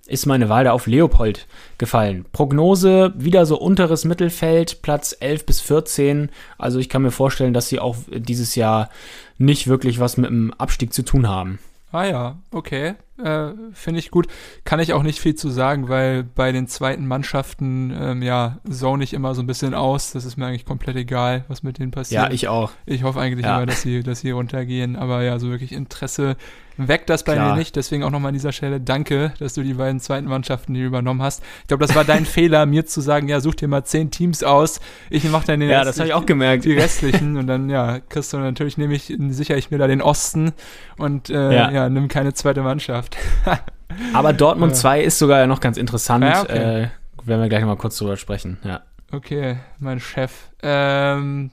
ist meine Wahl da auf Leopold gefallen. Prognose, wieder so unteres Mittelfeld, Platz elf bis vierzehn. Also ich kann mir vorstellen, dass sie auch dieses Jahr nicht wirklich was mit dem Abstieg zu tun haben. Ah ja, okay. Äh, finde ich gut. Kann ich auch nicht viel zu sagen, weil bei den zweiten Mannschaften, ähm, ja, zone ich immer so ein bisschen aus. Das ist mir eigentlich komplett egal, was mit denen passiert. Ja, ich auch. Ich hoffe eigentlich ja. immer, dass sie, dass sie runtergehen. Aber ja, so wirklich Interesse weckt das bei Klar. mir nicht. Deswegen auch nochmal an dieser Stelle danke, dass du die beiden zweiten Mannschaften hier übernommen hast. Ich glaube, das war dein Fehler, mir zu sagen, ja, such dir mal zehn Teams aus. Ich mache dann den Ja, das habe ich auch gemerkt. Die restlichen. Und dann, ja, kriegst du natürlich, nehme ich, sichere ich mir da den Osten und äh, ja. ja, nimm keine zweite Mannschaft. Aber Dortmund zwei ist sogar ja noch ganz interessant. Ja, okay. äh, werden wir gleich noch mal kurz drüber sprechen. Ja. Okay, mein Chef. Ähm,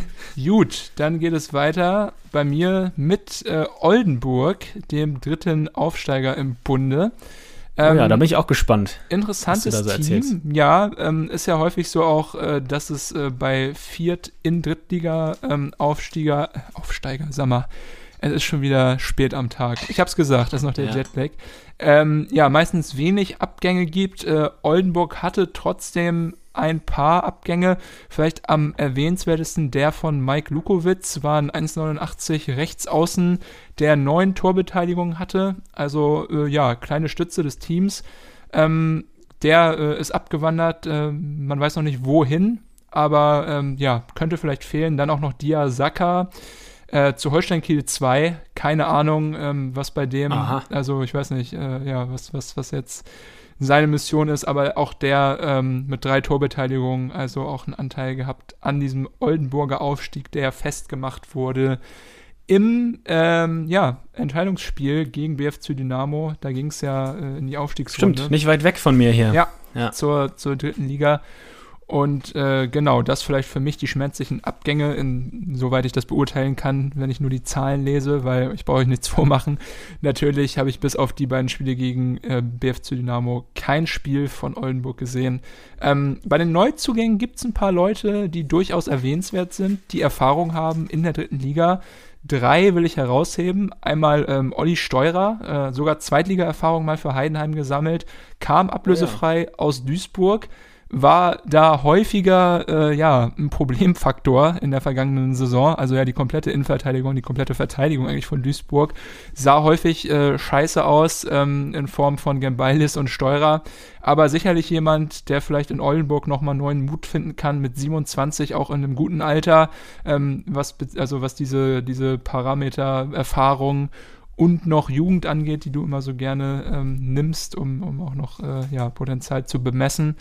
gut, dann geht es weiter bei mir mit äh, Oldenburg, dem dritten Aufsteiger im Bunde. Ähm, oh ja, da bin ich auch gespannt. Interessantes was du da so Team. erzählst. Ja, ähm, ist ja häufig so auch, äh, dass es äh, bei Viert- in Drittliga ähm, Aufsteiger, Aufsteiger, sag mal, es ist schon wieder spät am Tag. Ich hab's gesagt, das ist noch der Ja. Jetlag. Ähm, ja, meistens wenig Abgänge gibt. Äh, Oldenburg hatte trotzdem ein paar Abgänge. Vielleicht am erwähnenswertesten der von Mike Lukowitz, war ein eins Komma neunundachtzig Rechtsaußen, der neun Torbeteiligungen hatte. Also äh, ja, kleine Stütze des Teams. Ähm, der äh, ist abgewandert. Äh, man weiß noch nicht wohin, aber ähm, ja, könnte vielleicht fehlen. Dann auch noch Dia Saka. Äh, zu Holstein Kiel zwei, keine Ahnung, ähm, was bei dem, Aha. also ich weiß nicht, äh, ja, was, was, was jetzt seine Mission ist, aber auch der ähm, mit drei Torbeteiligungen, also auch einen Anteil gehabt an diesem Oldenburger Aufstieg, der festgemacht wurde im ähm, ja, Entscheidungsspiel gegen B F C Dynamo. Da ging es ja äh, in die Aufstiegsrunde. Stimmt, nicht weit weg von mir hier. Ja, Ja. Zur, zur dritten Liga. Und äh, genau, das vielleicht für mich die schmerzlichen Abgänge, insoweit ich das beurteilen kann, wenn ich nur die Zahlen lese, weil ich brauche euch nichts vormachen. Natürlich habe ich bis auf die beiden Spiele gegen äh, B F C Dynamo kein Spiel von Oldenburg gesehen. Ähm, bei den Neuzugängen gibt es ein paar Leute, die durchaus erwähnenswert sind, die Erfahrung haben in der dritten Liga. Drei will ich herausheben. Einmal ähm, Olli Steurer, äh, sogar Zweitliga-Erfahrung mal für Heidenheim gesammelt, kam ablösefrei oh ja. aus Duisburg. War da häufiger äh, ja ein Problemfaktor in der vergangenen Saison. Also ja, die komplette Innenverteidigung, die komplette Verteidigung eigentlich von Duisburg sah häufig äh, scheiße aus ähm, in Form von Gembailis und Steurer. Aber sicherlich jemand, der vielleicht in Oldenburg nochmal neuen Mut finden kann, mit siebenundzwanzig auch in einem guten Alter, ähm, was also was diese, diese Parameter, Erfahrung und noch Jugend angeht, die du immer so gerne ähm, nimmst, um, um auch noch äh, ja, Potenzial zu bemessen.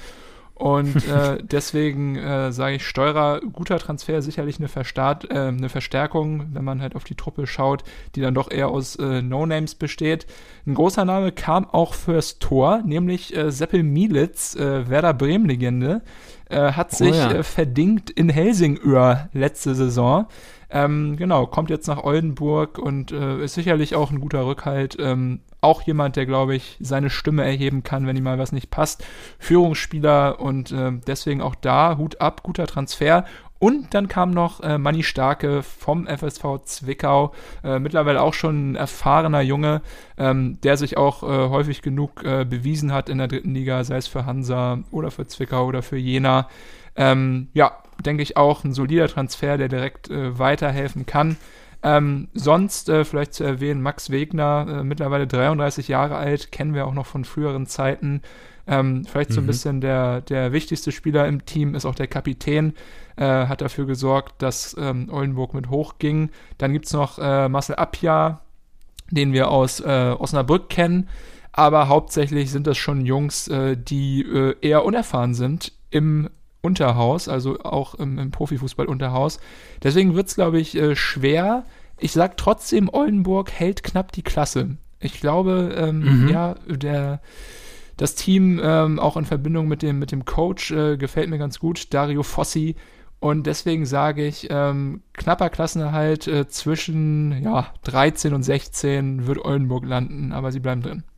Und äh, deswegen äh, sage ich, Steurer, guter Transfer, sicherlich eine, Verstart, äh, eine Verstärkung, wenn man halt auf die Truppe schaut, die dann doch eher aus äh, No-Names besteht. Ein großer Name kam auch fürs Tor, nämlich äh, Seppel Mielitz, äh, Werder Bremen-Legende, äh, hat sich oh ja. äh, verdingt in Helsingør letzte Saison. Ähm, genau, kommt jetzt nach Oldenburg und äh, ist sicherlich auch ein guter Rückhalt. Ähm, auch jemand, der, glaube ich, seine Stimme erheben kann, wenn ihm mal was nicht passt. Führungsspieler und äh, deswegen auch da, Hut ab, guter Transfer. Und dann kam noch äh, Manni Starke vom F S V Zwickau, äh, mittlerweile auch schon ein erfahrener Junge, ähm, der sich auch äh, häufig genug äh, bewiesen hat in der dritten Liga, sei es für Hansa oder für Zwickau oder für Jena. Ähm, ja, denke ich auch ein solider Transfer, der direkt äh, weiterhelfen kann. Ähm, sonst äh, vielleicht zu erwähnen, Max Wegner, äh, mittlerweile dreiunddreißig Jahre alt, kennen wir auch noch von früheren Zeiten. Ähm, vielleicht mhm. so ein bisschen der, der wichtigste Spieler im Team, ist auch der Kapitän, äh, hat dafür gesorgt, dass ähm, Oldenburg mit hochging. Dann gibt es noch äh, Marcel Appia, den wir aus äh, Osnabrück kennen, aber hauptsächlich sind das schon Jungs, äh, die äh, eher unerfahren sind im Unterhaus, also auch im, im Profifußball-Unterhaus. Deswegen wird es, glaube ich, äh, schwer. Ich sage trotzdem, Oldenburg hält knapp die Klasse. Ich glaube, ähm, mhm. ja, der, das Team, ähm, auch in Verbindung mit dem, mit dem Coach, äh, gefällt mir ganz gut, Dario Fossi. Und deswegen sage ich, ähm, knapper Klassenerhalt äh, zwischen ja, dreizehn und sechzehn wird Oldenburg landen, aber sie bleiben drin.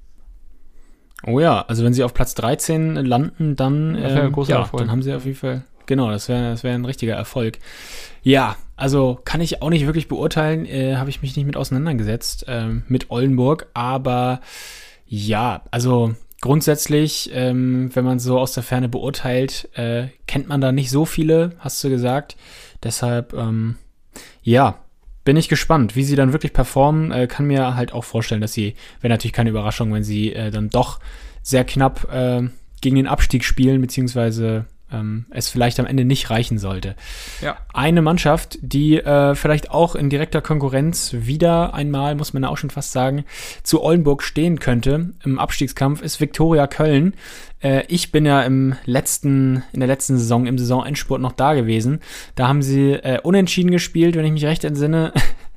Oh ja, also wenn sie auf Platz dreizehn landen, dann, das wäre ein großer ja, Erfolg. dann haben sie auf jeden Fall, genau, das wäre das wäre ein richtiger Erfolg. Ja, also kann ich auch nicht wirklich beurteilen, äh, habe ich mich nicht mit auseinandergesetzt, äh, mit Oldenburg, aber ja, also grundsätzlich, ähm, wenn man so aus der Ferne beurteilt, äh, kennt man da nicht so viele, hast du gesagt. Deshalb, ähm, ja, bin ich gespannt, wie sie dann wirklich performen. Äh, kann mir halt auch vorstellen, dass sie, wäre natürlich keine Überraschung, wenn sie äh, dann doch sehr knapp äh, gegen den Abstieg spielen, beziehungsweise ähm, es vielleicht am Ende nicht reichen sollte. Ja. Eine Mannschaft, die äh, vielleicht auch in direkter Konkurrenz wieder einmal, muss man ja auch schon fast sagen, zu Oldenburg stehen könnte im Abstiegskampf, ist Viktoria Köln. Äh, ich bin ja im letzten, in der letzten Saison, im Saisonendspurt noch da gewesen. Da haben sie äh, unentschieden gespielt, wenn ich mich recht entsinne.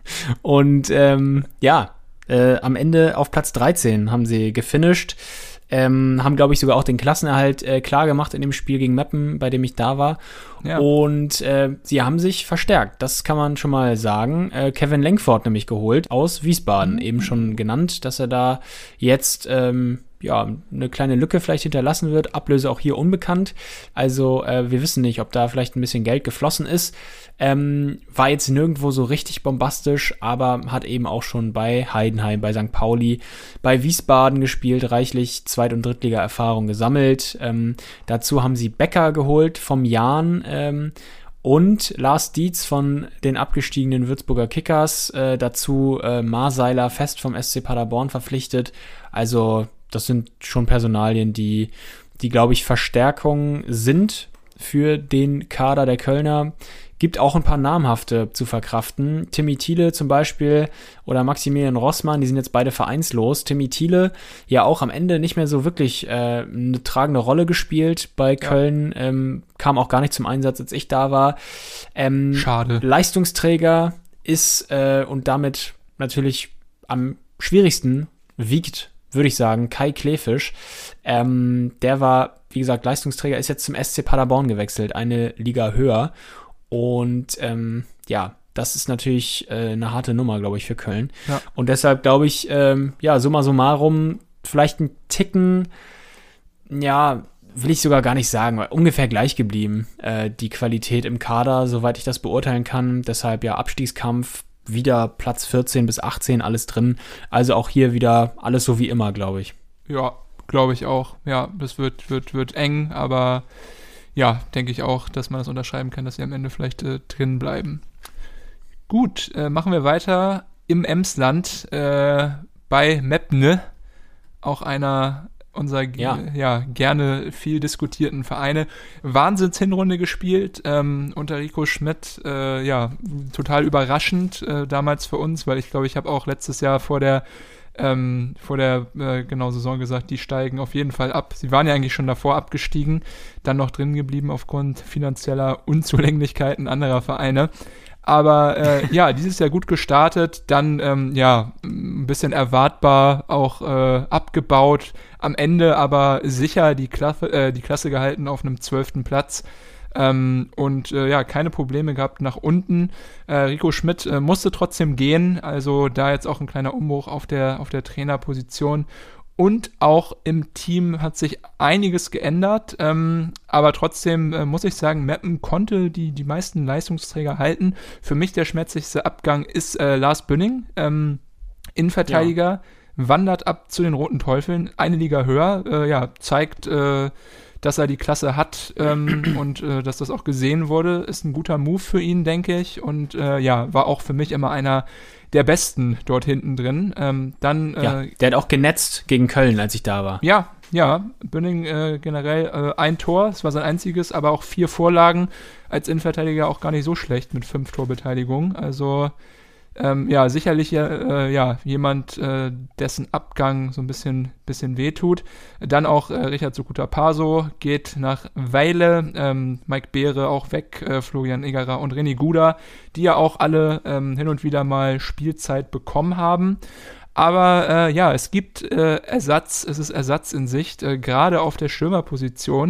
Und ähm, ja, äh, am Ende auf Platz dreizehn haben sie gefinisht. Ähm, haben, glaube ich, sogar auch den Klassenerhalt äh, klar gemacht in dem Spiel gegen Meppen, bei dem ich da war. Ja. Und äh, sie haben sich verstärkt, das kann man schon mal sagen. Äh, Kevin Lenkford nämlich geholt aus Wiesbaden, mhm. eben schon genannt, dass er da jetzt ähm, ja, eine kleine Lücke vielleicht hinterlassen wird. Ablöse auch hier unbekannt. Also äh, wir wissen nicht, ob da vielleicht ein bisschen Geld geflossen ist. Ähm, war jetzt nirgendwo so richtig bombastisch, aber hat eben auch schon bei Heidenheim, bei Sankt Pauli, bei Wiesbaden gespielt, reichlich Zweit- und Drittliga-Erfahrung gesammelt. Ähm, dazu haben sie Becker geholt vom Jahn ähm, und Lars Dietz von den abgestiegenen Würzburger Kickers. Äh, dazu äh, Marseiler fest vom S C Paderborn verpflichtet. Also das sind schon Personalien, die, die glaube ich, Verstärkung sind für den Kader der Kölner. Gibt auch ein paar namhafte zu verkraften. Timmy Thiele zum Beispiel oder Maximilian Rossmann, die sind jetzt beide vereinslos. Timmy Thiele ja auch am Ende nicht mehr so wirklich äh, eine tragende Rolle gespielt bei Köln. Ja. Ähm, kam auch gar nicht zum Einsatz, als ich da war. Ähm, Schade. Leistungsträger ist äh, und damit natürlich am schwierigsten wiegt, würde ich sagen, Kai Klefisch. Ähm, der war, wie gesagt, Leistungsträger, ist jetzt zum S C Paderborn gewechselt, eine Liga höher. Und ähm, ja, das ist natürlich äh, eine harte Nummer, glaube ich, für Köln. Ja. Und deshalb glaube ich, ähm, ja, summa summarum, vielleicht ein Ticken, ja, will ich sogar gar nicht sagen, weil ungefähr gleich geblieben, äh, die Qualität im Kader, soweit ich das beurteilen kann. Deshalb ja, Abstiegskampf, wieder Platz vierzehn bis achtzehn, alles drin. Also auch hier wieder alles so wie immer, glaube ich. Ja, glaube ich auch. Ja, das wird, wird, wird eng, aber ja, denke ich auch, dass man das unterschreiben kann, dass sie am Ende vielleicht äh, drin bleiben. Gut, äh, machen wir weiter im Emsland äh, bei Meppne, auch einer unserer ja. G- ja, gerne viel diskutierten Vereine. Wahnsinns-Hinrunde gespielt ähm, unter Rico Schmidt. Äh, ja, total überraschend äh, damals für uns, weil ich glaube, ich habe auch letztes Jahr vor der Ähm, vor der äh, genau Saison gesagt, die steigen auf jeden Fall ab. Sie waren ja eigentlich schon davor abgestiegen, dann noch drin geblieben aufgrund finanzieller Unzulänglichkeiten anderer Vereine. Aber äh, ja, dieses Jahr gut gestartet, dann ähm, ja ein bisschen erwartbar auch äh, abgebaut, am Ende aber sicher die Klasse, äh, die Klasse gehalten auf einem zwölften Platz. Ähm, und äh, ja, keine Probleme gehabt nach unten. Äh, Rico Schmidt äh, musste trotzdem gehen, also da jetzt auch ein kleiner Umbruch auf der, auf der Trainerposition. Und auch im Team hat sich einiges geändert, ähm, aber trotzdem äh, muss ich sagen, Meppen konnte die, die meisten Leistungsträger halten. Für mich der schmerzlichste Abgang ist äh, Lars Bünning, ähm, Innenverteidiger, ja. Wandert ab zu den Roten Teufeln, eine Liga höher, äh, ja, zeigt äh, dass er die Klasse hat ähm, und äh, dass das auch gesehen wurde, ist ein guter Move für ihn, denke ich. Und äh, ja, war auch für mich immer einer der Besten dort hinten drin. Ähm, dann, äh, ja, der hat auch genetzt gegen Köln, als ich da war. Ja, ja, Bünning äh, generell äh, ein Tor, das war sein einziges, aber auch vier Vorlagen als Innenverteidiger auch gar nicht so schlecht mit fünf Torbeteiligung. Also Ähm, ja, sicherlich äh, ja, jemand, äh, dessen Abgang so ein bisschen, bisschen wehtut. Dann auch äh, Richard Sukuta-Paso geht nach Weile, ähm, Mike Beere auch weg, äh, Florian Egerer und René Guda, die ja auch alle ähm, hin und wieder mal Spielzeit bekommen haben. Aber äh, ja, es gibt äh, Ersatz, es ist Ersatz in Sicht, äh, gerade auf der Stürmerposition.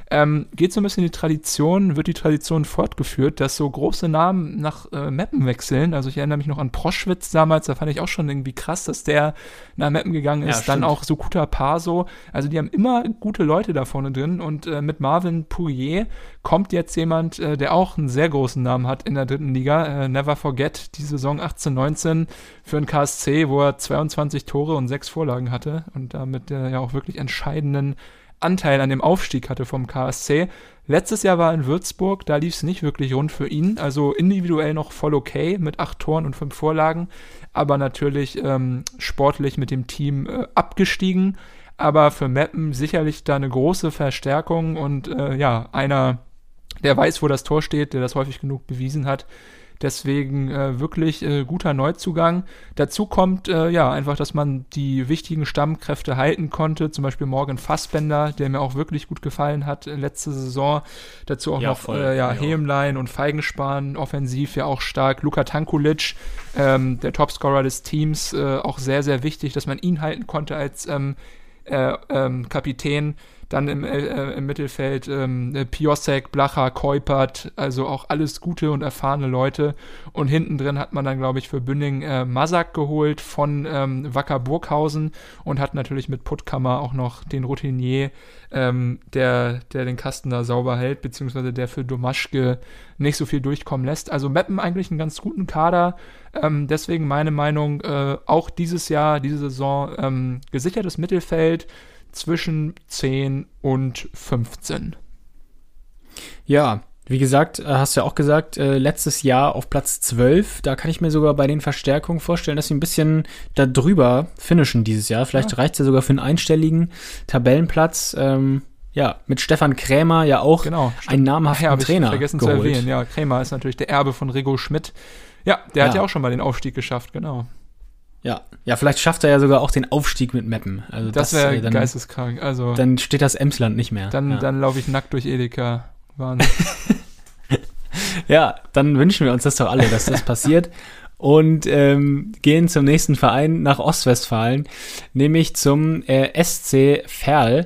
ähm, geht so ein bisschen die Tradition, wird die Tradition fortgeführt, dass so große Namen nach äh, Meppen wechseln. Also ich erinnere mich noch an Proschwitz damals, da fand ich auch schon irgendwie krass, dass der nach Meppen gegangen ist. Ja, dann auch Sukuta Paso. Also die haben immer gute Leute da vorne drin und äh, mit Marvin Pourier kommt jetzt jemand, äh, der auch einen sehr großen Namen hat in der dritten Liga. Äh, never forget, die Saison achtzehn neunzehn für den K S C, wo er zweiundzwanzig Tore und sechs Vorlagen hatte und damit äh, ja auch wirklich entscheidenden Anteil an dem Aufstieg hatte vom K S C. Letztes Jahr war er in Würzburg, da lief es nicht wirklich rund für ihn, also individuell noch voll okay mit acht Toren und fünf Vorlagen, aber natürlich ähm, sportlich mit dem Team äh, abgestiegen, aber für Meppen sicherlich da eine große Verstärkung und äh, ja, einer, der weiß, wo das Tor steht, der das häufig genug bewiesen hat. Deswegen äh, wirklich äh, guter Neuzugang. Dazu kommt äh, ja einfach, dass man die wichtigen Stammkräfte halten konnte. Zum Beispiel Morgan Fassbender, der mir auch wirklich gut gefallen hat äh, letzte Saison. Dazu auch ja, noch voll, äh, ja, ja. Hämlein und Feigenspahn, offensiv ja auch stark. Luka Tankulic, ähm, der Topscorer des Teams, äh, auch sehr, sehr wichtig, dass man ihn halten konnte als ähm, äh, ähm, Kapitän. Dann im, äh, im Mittelfeld ähm, Piosek, Blacher, Keupert, also auch alles gute und erfahrene Leute. Und hinten drin hat man dann, glaube ich, für Bünding äh, Masak geholt von ähm, Wacker Burghausen und hat natürlich mit Puttkammer auch noch den Routinier, ähm, der, der den Kasten da sauber hält, beziehungsweise der für Domaschke nicht so viel durchkommen lässt. Also Meppen eigentlich einen ganz guten Kader. Ähm, deswegen meine Meinung, äh, auch dieses Jahr, diese Saison, ähm, gesichertes Mittelfeld, zwischen zehn und fünfzehn. Ja, wie gesagt, hast du ja auch gesagt, äh, letztes Jahr auf Platz zwölf, da kann ich mir sogar bei den Verstärkungen vorstellen, dass sie ein bisschen da drüber finishen dieses Jahr. Vielleicht ja. reicht es ja sogar für einen einstelligen Tabellenplatz. Ähm, ja, mit Stefan Krämer ja auch genau, einen namhaften ja, Trainer ich vergessen geholt. zu erwähnen. Ja, Krämer ist natürlich der Erbe von Rigo Schmidt. Ja, der ja. hat ja auch schon mal den Aufstieg geschafft, genau. Ja, ja, vielleicht schafft er ja sogar auch den Aufstieg mit Meppen. Also das, das wäre geisteskrank. Also dann steht das Emsland nicht mehr. Dann, ja. dann laufe ich nackt durch Edeka. Wahnsinn. Ja, dann wünschen wir uns das doch alle, dass das passiert. Und ähm, gehen zum nächsten Verein nach Ostwestfalen, nämlich zum äh, S C Verl.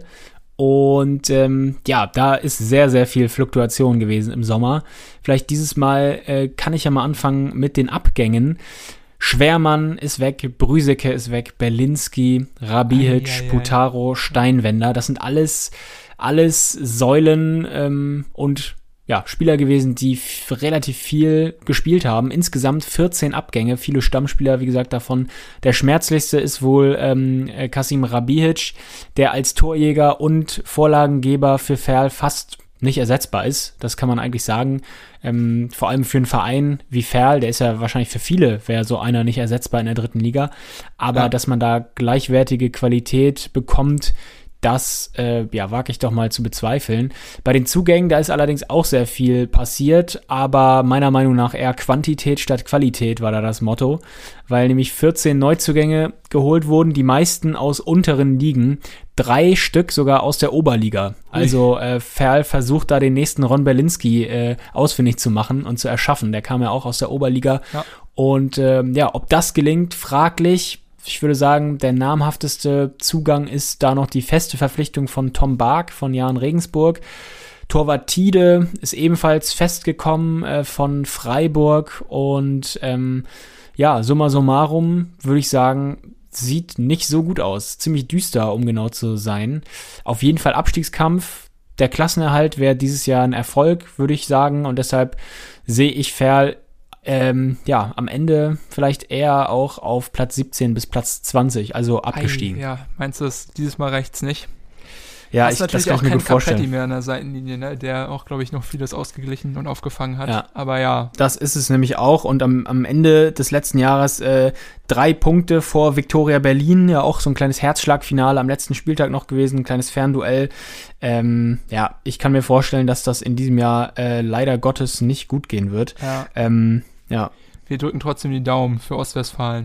Und ähm, ja, da ist sehr, sehr viel Fluktuation gewesen im Sommer. Vielleicht dieses Mal äh, kann ich ja mal anfangen mit den Abgängen. Schwermann ist weg, Brüseke ist weg, Berlinski, Rabihic, ai, ai, ai. Putaro, Steinwender. Das sind alles, alles Säulen ähm, und ja, Spieler gewesen, die f- relativ viel gespielt haben. Insgesamt vierzehn Abgänge, viele Stammspieler, wie gesagt, davon. Der schmerzlichste ist wohl ähm, Kasim Rabihic, der als Torjäger und Vorlagengeber für Verl fast nicht ersetzbar ist. Das kann man eigentlich sagen. Ähm, vor allem für einen Verein wie Verl, der ist ja wahrscheinlich für viele, wäre so einer nicht ersetzbar in der dritten Liga. Aber ja. dass man da gleichwertige Qualität bekommt, das äh, ja, wage ich doch mal zu bezweifeln. Bei den Zugängen, da ist allerdings auch sehr viel passiert, aber meiner Meinung nach eher Quantität statt Qualität war da das Motto, weil nämlich vierzehn Neuzugänge geholt wurden, die meisten aus unteren Ligen, drei Stück sogar aus der Oberliga. Also äh, Verl versucht da den nächsten Ron Berlinski äh, ausfindig zu machen und zu erschaffen. Der kam ja auch aus der Oberliga. Ja. Und äh, ja, ob das gelingt, fraglich. Ich würde sagen, der namhafteste Zugang ist da noch die feste Verpflichtung von Tom Bark von Jahn Regensburg. Torwart Tide ist ebenfalls festgekommen äh, von Freiburg und ähm, ja, summa summarum würde ich sagen, sieht nicht so gut aus. Ziemlich düster, um genau zu sein. Auf jeden Fall Abstiegskampf. Der Klassenerhalt wäre dieses Jahr ein Erfolg, würde ich sagen. Und deshalb sehe ich Verl ähm, ja, am Ende vielleicht eher auch auf Platz siebzehn bis Platz zwanzig, also abgestiegen. Ei, ja, meinst du, dieses Mal reicht's nicht? Ja, das ich, natürlich das kann auch ich mir kein gut vorstellen. Capretti mehr an der Seitenlinie, ne? Der auch, glaube ich, noch vieles ausgeglichen und aufgefangen hat. Ja. Aber ja. Das ist es nämlich auch. Und am, am Ende des letzten Jahres äh, drei Punkte vor Viktoria Berlin. Ja, auch so ein kleines Herzschlagfinale am letzten Spieltag noch gewesen. Ein kleines Fernduell. Ähm, ja, ich kann mir vorstellen, dass das in diesem Jahr äh, leider Gottes nicht gut gehen wird. Ja. Ähm, ja. Wir drücken trotzdem die Daumen für Ostwestfalen.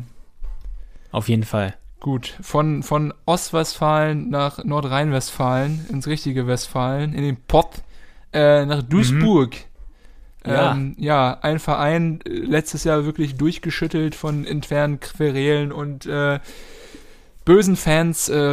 Auf jeden Fall. Gut, von, von Ostwestfalen nach Nordrhein-Westfalen, ins richtige Westfalen, in den Pott, äh, nach Duisburg. Mhm. Ja. Ähm, ja, ein Verein, äh, letztes Jahr wirklich durchgeschüttelt von internen Querelen und äh, bösen Fans, äh,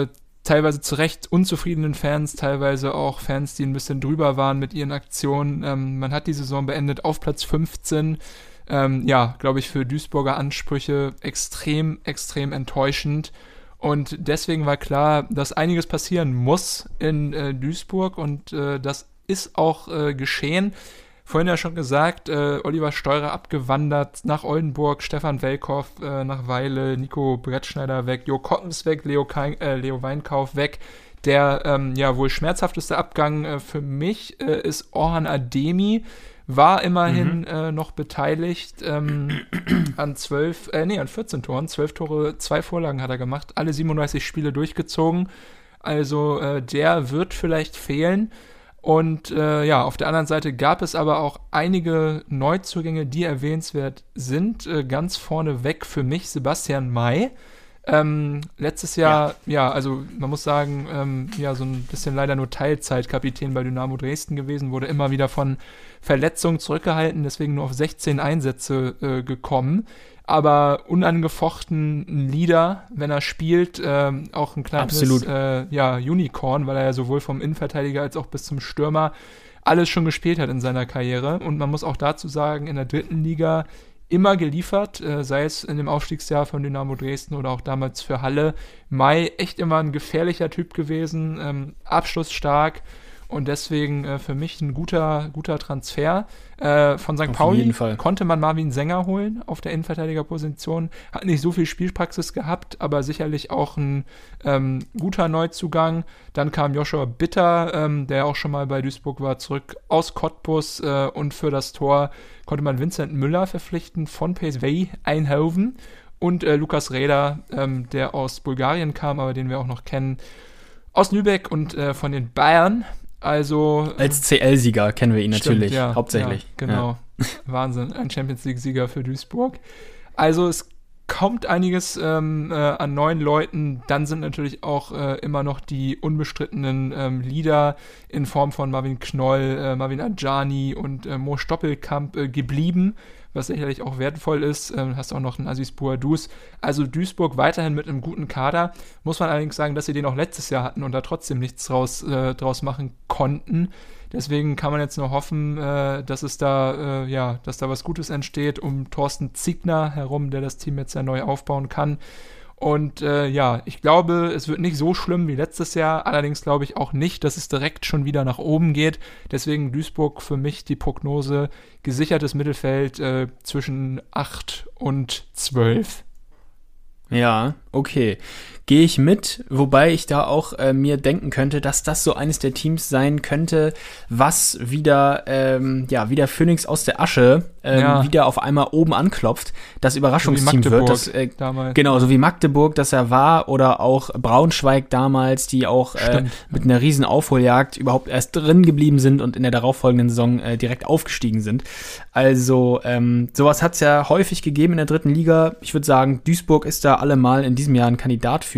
teilweise zu Recht unzufriedenen Fans, teilweise auch Fans, die ein bisschen drüber waren mit ihren Aktionen. Ähm, man hat die Saison beendet auf Platz fünfzehn. Ähm, ja, glaube ich, für Duisburger Ansprüche extrem, extrem enttäuschend. Und deswegen war klar, dass einiges passieren muss in äh, Duisburg und äh, das ist auch äh, geschehen. Vorhin ja schon gesagt, äh, Oliver Steurer abgewandert nach Oldenburg, Stefan Welkow äh, nach Weile, Nico Brettschneider weg, Jo Kottens weg, Leo, Kein, äh, Leo Weinkauf weg. Der ähm, ja wohl schmerzhafteste Abgang äh, für mich äh, ist Orhan Ademi, war immerhin mhm. äh, noch beteiligt ähm, an zwölf, äh, nee, an vierzehn Toren, zwölf Tore, zwei Vorlagen hat er gemacht, alle siebenunddreißig Spiele durchgezogen. Also äh, der wird vielleicht fehlen. Und äh, ja, auf der anderen Seite gab es aber auch einige Neuzugänge, die erwähnenswert sind. Äh, ganz vorne weg für mich Sebastian May. Ähm, letztes Jahr, ja. ja, also man muss sagen, ähm, ja, so ein bisschen leider nur Teilzeitkapitän bei Dynamo Dresden gewesen, wurde immer wieder von Verletzungen zurückgehalten, deswegen nur auf sechzehn Einsätze äh, gekommen. Aber unangefochten ein Leader, wenn er spielt, ähm, auch ein kleines äh, ja, Unicorn, weil er ja sowohl vom Innenverteidiger als auch bis zum Stürmer alles schon gespielt hat in seiner Karriere. Und man muss auch dazu sagen, in der dritten Liga immer geliefert, äh, sei es in dem Aufstiegsjahr von Dynamo Dresden oder auch damals für Halle. Mai echt immer ein gefährlicher Typ gewesen, ähm, abschlussstark. Und deswegen äh, für mich ein guter, guter Transfer. Äh, von Sankt Pauli konnte man Marvin Sänger holen auf der Innenverteidigerposition. Hat nicht so viel Spielpraxis gehabt, aber sicherlich auch ein ähm, guter Neuzugang. Dann kam Joshua Bitter, ähm, der auch schon mal bei Duisburg war, zurück aus Cottbus. Äh, und für das Tor konnte man Vincent Müller verpflichten von P S V Eindhoven. Und äh, Lukas Reda, ähm, der aus Bulgarien kam, aber den wir auch noch kennen, aus Lübeck und äh, von den Bayern. Also als C L-Sieger kennen wir ihn stimmt, natürlich, ja, hauptsächlich. Ja, genau, ja. Wahnsinn, ein Champions-League-Sieger für Duisburg. Also es kommt einiges ähm, äh, an neuen Leuten. Dann sind natürlich auch äh, immer noch die unbestrittenen ähm, Leader in Form von Marvin Knoll, äh, Marvin Adjani und äh, Mo Stoppelkamp äh, geblieben, was sicherlich auch wertvoll ist. Ähm, hast auch noch einen Aziz Bouadouz. Also Duisburg weiterhin mit einem guten Kader. Muss man allerdings sagen, dass sie den auch letztes Jahr hatten und da trotzdem nichts draus, äh, draus machen konnten. Deswegen kann man jetzt nur hoffen, äh, dass es da, äh, ja, dass da was Gutes entsteht um Thorsten Ziegner herum, der das Team jetzt ja neu aufbauen kann. Und äh, ja, ich glaube, es wird nicht so schlimm wie letztes Jahr. Allerdings glaube ich auch nicht, dass es direkt schon wieder nach oben geht. Deswegen Duisburg für mich die Prognose gesichertes Mittelfeld äh, zwischen acht und zwölf. Ja, okay. Gehe ich mit, wobei ich da auch äh, mir denken könnte, dass das so eines der Teams sein könnte, was wieder, ähm, ja, wie der Phönix aus der Asche ähm, ja. wieder auf einmal oben anklopft, das Überraschungsteam so wird. Das, äh, genau, so wie Magdeburg, das er war, oder auch Braunschweig damals, die auch äh, mit einer riesen Aufholjagd überhaupt erst drin geblieben sind und in der darauffolgenden Saison äh, direkt aufgestiegen sind. Also ähm, sowas hat es ja häufig gegeben in der dritten Liga. Ich würde sagen, Duisburg ist da allemal in diesem Jahr ein Kandidat für.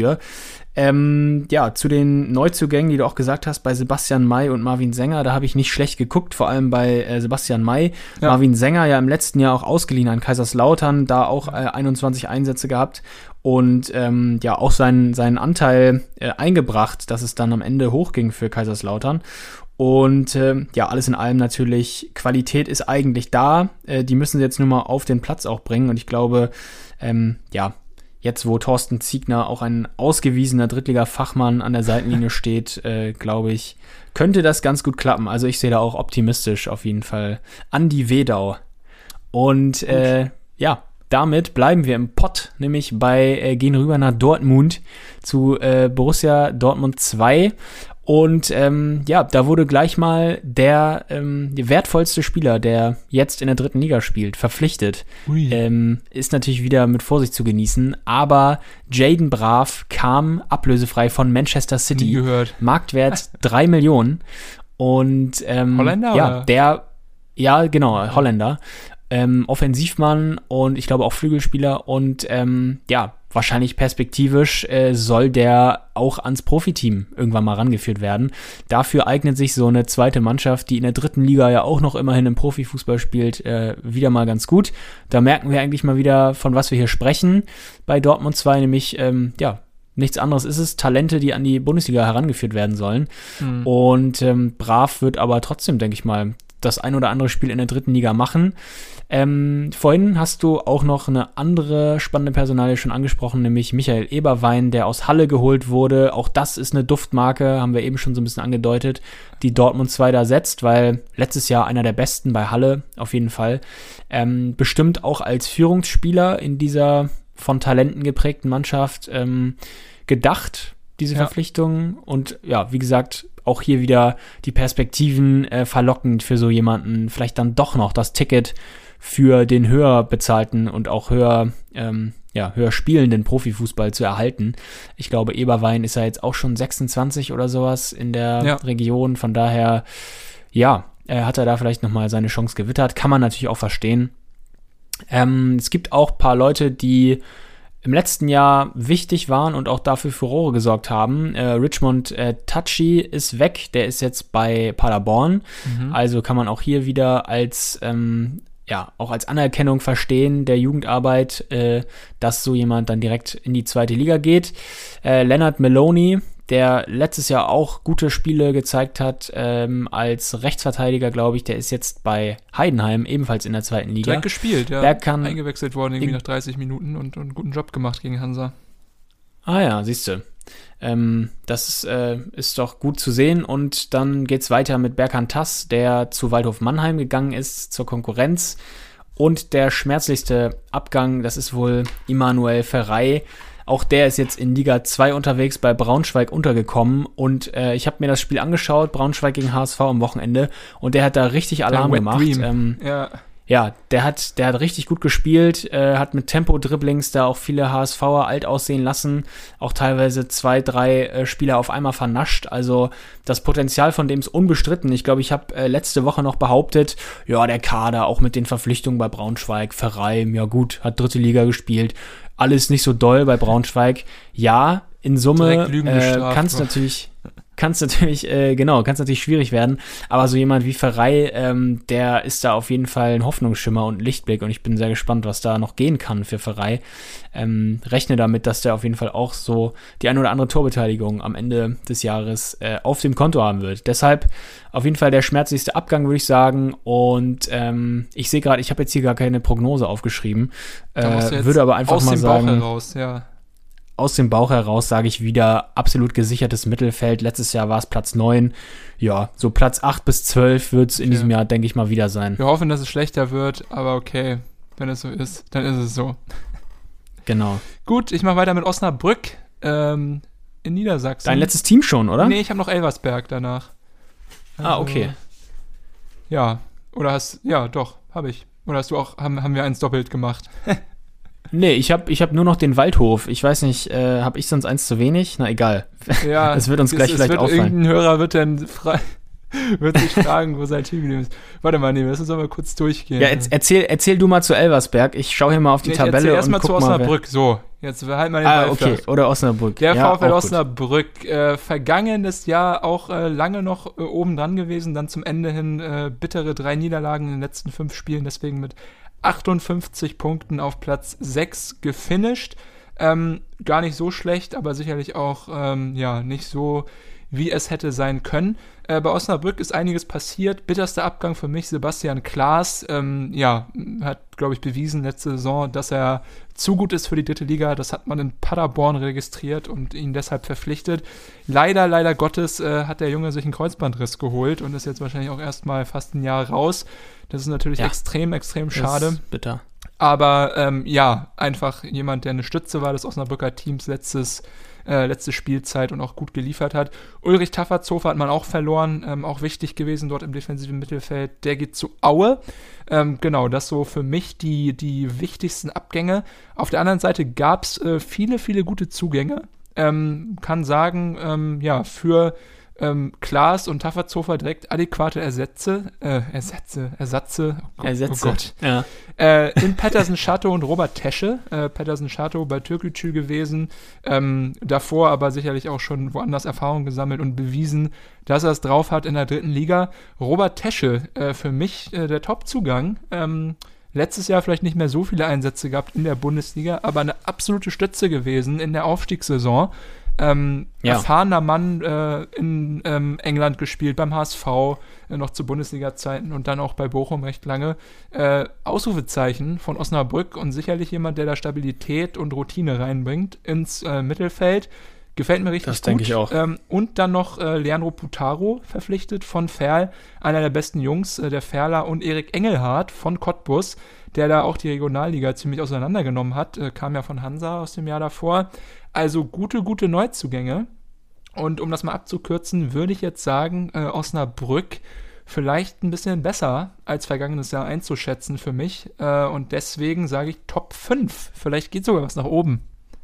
Ähm, ja, zu den Neuzugängen, die du auch gesagt hast, bei Sebastian May und Marvin Sänger, da habe ich nicht schlecht geguckt, vor allem bei äh, Sebastian May. Ja. Marvin Sänger ja im letzten Jahr auch ausgeliehen an Kaiserslautern, da auch äh, einundzwanzig Einsätze gehabt und ähm, ja auch seinen, seinen Anteil äh, eingebracht, dass es dann am Ende hochging für Kaiserslautern. Und äh, ja, alles in allem natürlich, Qualität ist eigentlich da, äh, die müssen sie jetzt nur mal auf den Platz auch bringen und ich glaube, ähm, ja, jetzt, wo Thorsten Ziegner, auch ein ausgewiesener Drittliga-Fachmann an der Seitenlinie steht, äh, glaube ich, könnte das ganz gut klappen. Also ich sehe da auch optimistisch auf jeden Fall Andi Wedau. Und äh, ja, damit bleiben wir im Pott, nämlich bei, äh, gehen rüber nach Dortmund zu äh, Borussia Dortmund zwei. Und ähm, ja, da wurde gleich mal der, ähm, der wertvollste Spieler, der jetzt in der dritten Liga spielt, verpflichtet. Ähm, ist natürlich wieder mit Vorsicht zu genießen, aber Jaden Braaf kam ablösefrei von Manchester City. Nie gehört. Marktwert drei Millionen. Und ähm, Holländer? Ja, oder? der, ja genau, Holländer. Ähm, Offensivmann und ich glaube auch Flügelspieler und ähm, ja, wahrscheinlich perspektivisch äh, soll der auch ans Profiteam irgendwann mal rangeführt werden. Dafür eignet sich so eine zweite Mannschaft, die in der dritten Liga ja auch noch immerhin im Profifußball spielt, äh, wieder mal ganz gut. Da merken wir eigentlich mal wieder, von was wir hier sprechen bei Dortmund zwei, nämlich ähm, ja, nichts anderes ist es, Talente, die an die Bundesliga herangeführt werden sollen. Mhm. Und ähm, Brav wird aber trotzdem, denke ich mal, das ein oder andere Spiel in der dritten Liga machen. Ähm, vorhin hast du auch noch eine andere spannende Personalie schon angesprochen, nämlich Michael Eberwein, der aus Halle geholt wurde. Auch das ist eine Duftmarke, haben wir eben schon so ein bisschen angedeutet, die Dortmund zwei da setzt, weil letztes Jahr einer der Besten bei Halle, auf jeden Fall. Ähm, bestimmt auch als Führungsspieler in dieser von Talenten geprägten Mannschaft ähm, gedacht, diese ja. Verpflichtung. Und ja, wie gesagt, auch hier wieder die Perspektiven äh, verlockend für so jemanden, vielleicht dann doch noch das Ticket für den höher bezahlten und auch höher, ähm, ja, höher spielenden Profifußball zu erhalten. Ich glaube, Eberwein ist ja jetzt auch schon sechsundzwanzig oder sowas in der ja. Region. Von daher, ja, äh, hat er da vielleicht nochmal seine Chance gewittert. Kann man natürlich auch verstehen. Ähm, es gibt auch ein paar Leute, die im letzten Jahr wichtig waren und auch dafür Furore gesorgt haben. Äh, Richmond äh, Tachi ist weg, der ist jetzt bei Paderborn. Mhm. Also kann man auch hier wieder als ähm, ja, auch als Anerkennung verstehen der Jugendarbeit, äh, dass so jemand dann direkt in die zweite Liga geht. Äh, Leonard Maloney, der letztes Jahr auch gute Spiele gezeigt hat, ähm, als Rechtsverteidiger, glaube ich, der ist jetzt bei Heidenheim, ebenfalls in der zweiten Liga. Direkt gespielt, ja. Der kann eingewechselt worden, irgendwie nach dreißig Minuten und, und einen guten Job gemacht gegen Hansa. Ah ja, siehst du. Ähm, das ist, äh, ist doch gut zu sehen. Und dann geht's weiter mit Berkan Tass, der zu Waldhof Mannheim gegangen ist, zur Konkurrenz. Und der schmerzlichste Abgang, das ist wohl Immanuel Ferrei. Auch der ist jetzt in Liga zwei unterwegs, bei Braunschweig untergekommen. Und äh, ich habe mir das Spiel angeschaut, Braunschweig gegen H S V am Wochenende. Und der hat da richtig Alarm gemacht. Ähm, ja. Ja, der hat, der hat richtig gut gespielt, äh, hat mit Tempo-Dribblings da auch viele HSVer alt aussehen lassen, auch teilweise zwei, drei äh, Spieler auf einmal vernascht. Also das Potenzial von dem ist unbestritten. Ich glaube, ich habe äh, letzte Woche noch behauptet, ja, der Kader, auch mit den Verpflichtungen bei Braunschweig, Ferrei, ja gut, hat dritte Liga gespielt, alles nicht so doll bei Braunschweig. Ja, in Summe äh, kann es natürlich... Kann es natürlich, äh, genau, kann es natürlich schwierig werden, aber so jemand wie Ferrei, ähm, der ist da auf jeden Fall ein Hoffnungsschimmer und ein Lichtblick und ich bin sehr gespannt, was da noch gehen kann für Ferrei. Ähm, rechne damit, dass der auf jeden Fall auch so die ein oder andere Torbeteiligung am Ende des Jahres äh, auf dem Konto haben wird. Deshalb auf jeden Fall der schmerzlichste Abgang, würde ich sagen, und ähm, ich sehe gerade, ich habe jetzt hier gar keine Prognose aufgeschrieben, äh, würde aber einfach mal sagen, aus dem Bauch heraus, ja. Aus dem Bauch heraus sage ich wieder, absolut gesichertes Mittelfeld. Letztes Jahr war es Platz neun. Ja, so Platz acht bis zwölf wird es in okay. diesem Jahr, denke ich mal, wieder sein. Wir hoffen, dass es schlechter wird, aber okay, wenn es so ist, dann ist es so. Genau. Gut, ich mache weiter mit Osnabrück ähm, in Niedersachsen. Dein letztes Team schon, oder? Nee, ich habe noch Elversberg danach. Also, ah, okay. Ja, oder hast, ja, doch, habe ich. Oder hast du auch, haben, haben wir eins doppelt gemacht? Nee, ich habe ich hab nur noch den Waldhof. Ich weiß nicht, äh, habe ich sonst eins zu wenig? Na, egal. Ja, es wird uns gleich es, vielleicht es wird auffallen. Irgendein Hörer wird dann frei, wird sich fragen, wo sein Team geblieben ist. Warte mal, nee, lass uns mal kurz durchgehen. Ja, erzähl, erzähl du mal zu Elversberg. Ich schaue hier mal auf die nee, Tabelle erst und mal guck zu Osnabrück. Mal, so, jetzt halt mal den Ah, Ball okay, flach. Oder Osnabrück. Der ja, VfL Osnabrück, äh, vergangenes Jahr auch äh, lange noch äh, oben dran gewesen, dann zum Ende hin äh, bittere drei Niederlagen in den letzten fünf Spielen, deswegen mit achtundfünfzig Punkten auf Platz sechs gefinisht. Ähm, gar nicht so schlecht, aber sicherlich auch ähm, ja nicht so, wie es hätte sein können. Äh, bei Osnabrück ist einiges passiert. Bitterster Abgang für mich, Sebastian Klaas. Ähm, ja, hat, glaube ich, bewiesen letzte Saison, dass er zu gut ist für die dritte Liga. Das hat man in Paderborn registriert und ihn deshalb verpflichtet. Leider, leider Gottes äh, hat der Junge sich einen Kreuzbandriss geholt und ist jetzt wahrscheinlich auch erstmal fast ein Jahr raus. Das ist natürlich ja. extrem, extrem schade. Das ist bitter. Aber ähm, ja, einfach jemand, der eine Stütze war des Osnabrücker Teams letztes Äh, letzte Spielzeit und auch gut geliefert hat. Ulrich Taffertshofer hat man auch verloren, ähm, auch wichtig gewesen dort im defensiven Mittelfeld. Der geht zu Aue. Ähm, genau, das so für mich die, die wichtigsten Abgänge. Auf der anderen Seite gab es äh, viele, viele gute Zugänge. Ähm, kann sagen, ähm, ja, für ähm, Klaas und Taffertshofer direkt adäquate Ersätze, äh, Ersätze, Ersatze, oh Gott, Ersätze. Oh Gott. Ja. Äh, in Pettersen Schato und Robert Tesche. Äh, Pettersen Schato bei Türkgücü gewesen, ähm, davor aber sicherlich auch schon woanders Erfahrung gesammelt und bewiesen, dass er es drauf hat in der dritten Liga. Robert Tesche, äh, für mich äh, der Top-Zugang. Ähm, letztes Jahr vielleicht nicht mehr so viele Einsätze gehabt in der Bundesliga, aber eine absolute Stütze gewesen in der Aufstiegssaison. Ähm, ja. Erfahrener Mann äh, in ähm, England gespielt, beim H S V, äh, noch zu Bundesliga-Zeiten und dann auch bei Bochum recht lange. Äh, Ausrufezeichen von Osnabrück und sicherlich jemand, der da Stabilität und Routine reinbringt ins äh, Mittelfeld. Gefällt mir richtig das gut. Das denke ich auch. Ähm, und dann noch äh, Leandro Putaro verpflichtet von Ferl, einer der besten Jungs, äh, der Ferler, und Erik Engelhardt von Cottbus, der da auch die Regionalliga ziemlich auseinandergenommen hat, äh, kam ja von Hansa aus dem Jahr davor. Also gute, gute Neuzugänge. Und um das mal abzukürzen, würde ich jetzt sagen, äh, Osnabrück vielleicht ein bisschen besser als vergangenes Jahr einzuschätzen für mich. Äh, und deswegen sage ich Top fünf. Vielleicht geht sogar was nach oben.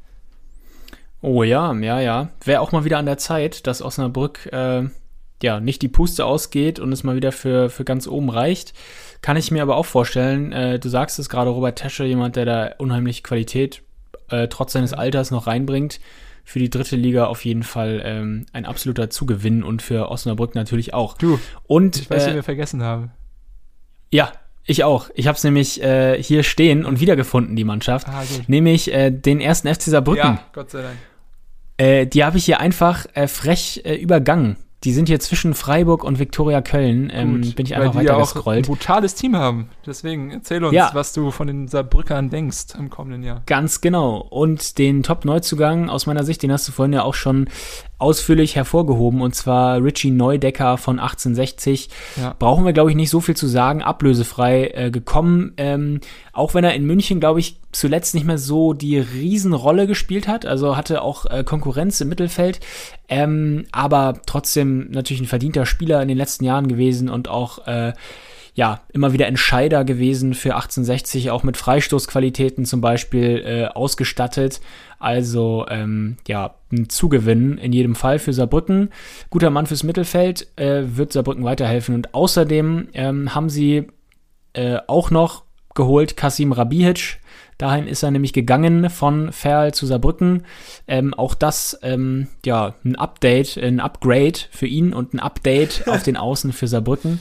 Oh ja, ja, ja. Wäre auch mal wieder an der Zeit, dass Osnabrück äh, ja nicht die Puste ausgeht und es mal wieder für, für ganz oben reicht. Kann ich mir aber auch vorstellen. Äh, du sagst es gerade, Robert Tesche, jemand, der da unheimlich Qualität äh, trotz seines Alters noch reinbringt. Für die dritte Liga auf jeden Fall ähm, ein absoluter Zugewinn und für Osnabrück natürlich auch. Du, und, ich weiß, äh, wen wir vergessen haben. Ja, ich auch. Ich habe es nämlich äh, hier stehen und wiedergefunden, die Mannschaft. Ah, gut. Nämlich äh, den ersten F C Saarbrücken. Ja, Gott sei Dank. Äh, die habe ich hier einfach äh, frech äh, übergangen. Die sind hier zwischen Freiburg und Viktoria Köln. Ähm, Gut, bin ich weil einfach die ja auch ein weitergescrollt. brutales Team haben. Deswegen erzähl uns, Ja. was du von den Saarbrückern denkst im kommenden Jahr. Ganz genau. Und den Top-Neuzugang aus meiner Sicht, den hast du vorhin ja auch schon ausführlich hervorgehoben, und zwar Richie Neudecker von achtzehnhundertsechzig. Ja. Brauchen wir, glaube ich, nicht so viel zu sagen. Ablösefrei äh, gekommen. Ähm, auch wenn er in München, glaube ich, zuletzt nicht mehr so die Riesenrolle gespielt hat. Also hatte auch äh, Konkurrenz im Mittelfeld. Ähm, aber trotzdem natürlich ein verdienter Spieler in den letzten Jahren gewesen und auch äh, ja, immer wieder Entscheider gewesen für achtzehnhundertsechzig, auch mit Freistoßqualitäten zum Beispiel äh, ausgestattet. Also, ähm, ja, ein Zugewinn in jedem Fall für Saarbrücken. Guter Mann fürs Mittelfeld, äh, wird Saarbrücken weiterhelfen. Und außerdem ähm, haben sie äh, auch noch geholt Kasim Rabihic. Dahin ist er nämlich gegangen von Ferl zu Saarbrücken. Ähm, auch das, ähm, ja, ein Update, ein Upgrade für ihn und ein Update auf den Außen für Saarbrücken.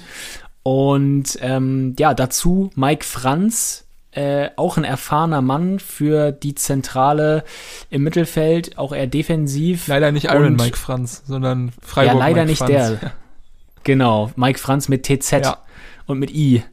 Und ähm, ja, dazu Mike Franz, äh, auch ein erfahrener Mann für die Zentrale im Mittelfeld, auch eher defensiv. Leider nicht Iron Und- Mike Franz, sondern Freiburg Ja, leider Mike nicht Franz. der. Genau, Mike Franz mit T Z Ja. und mit I.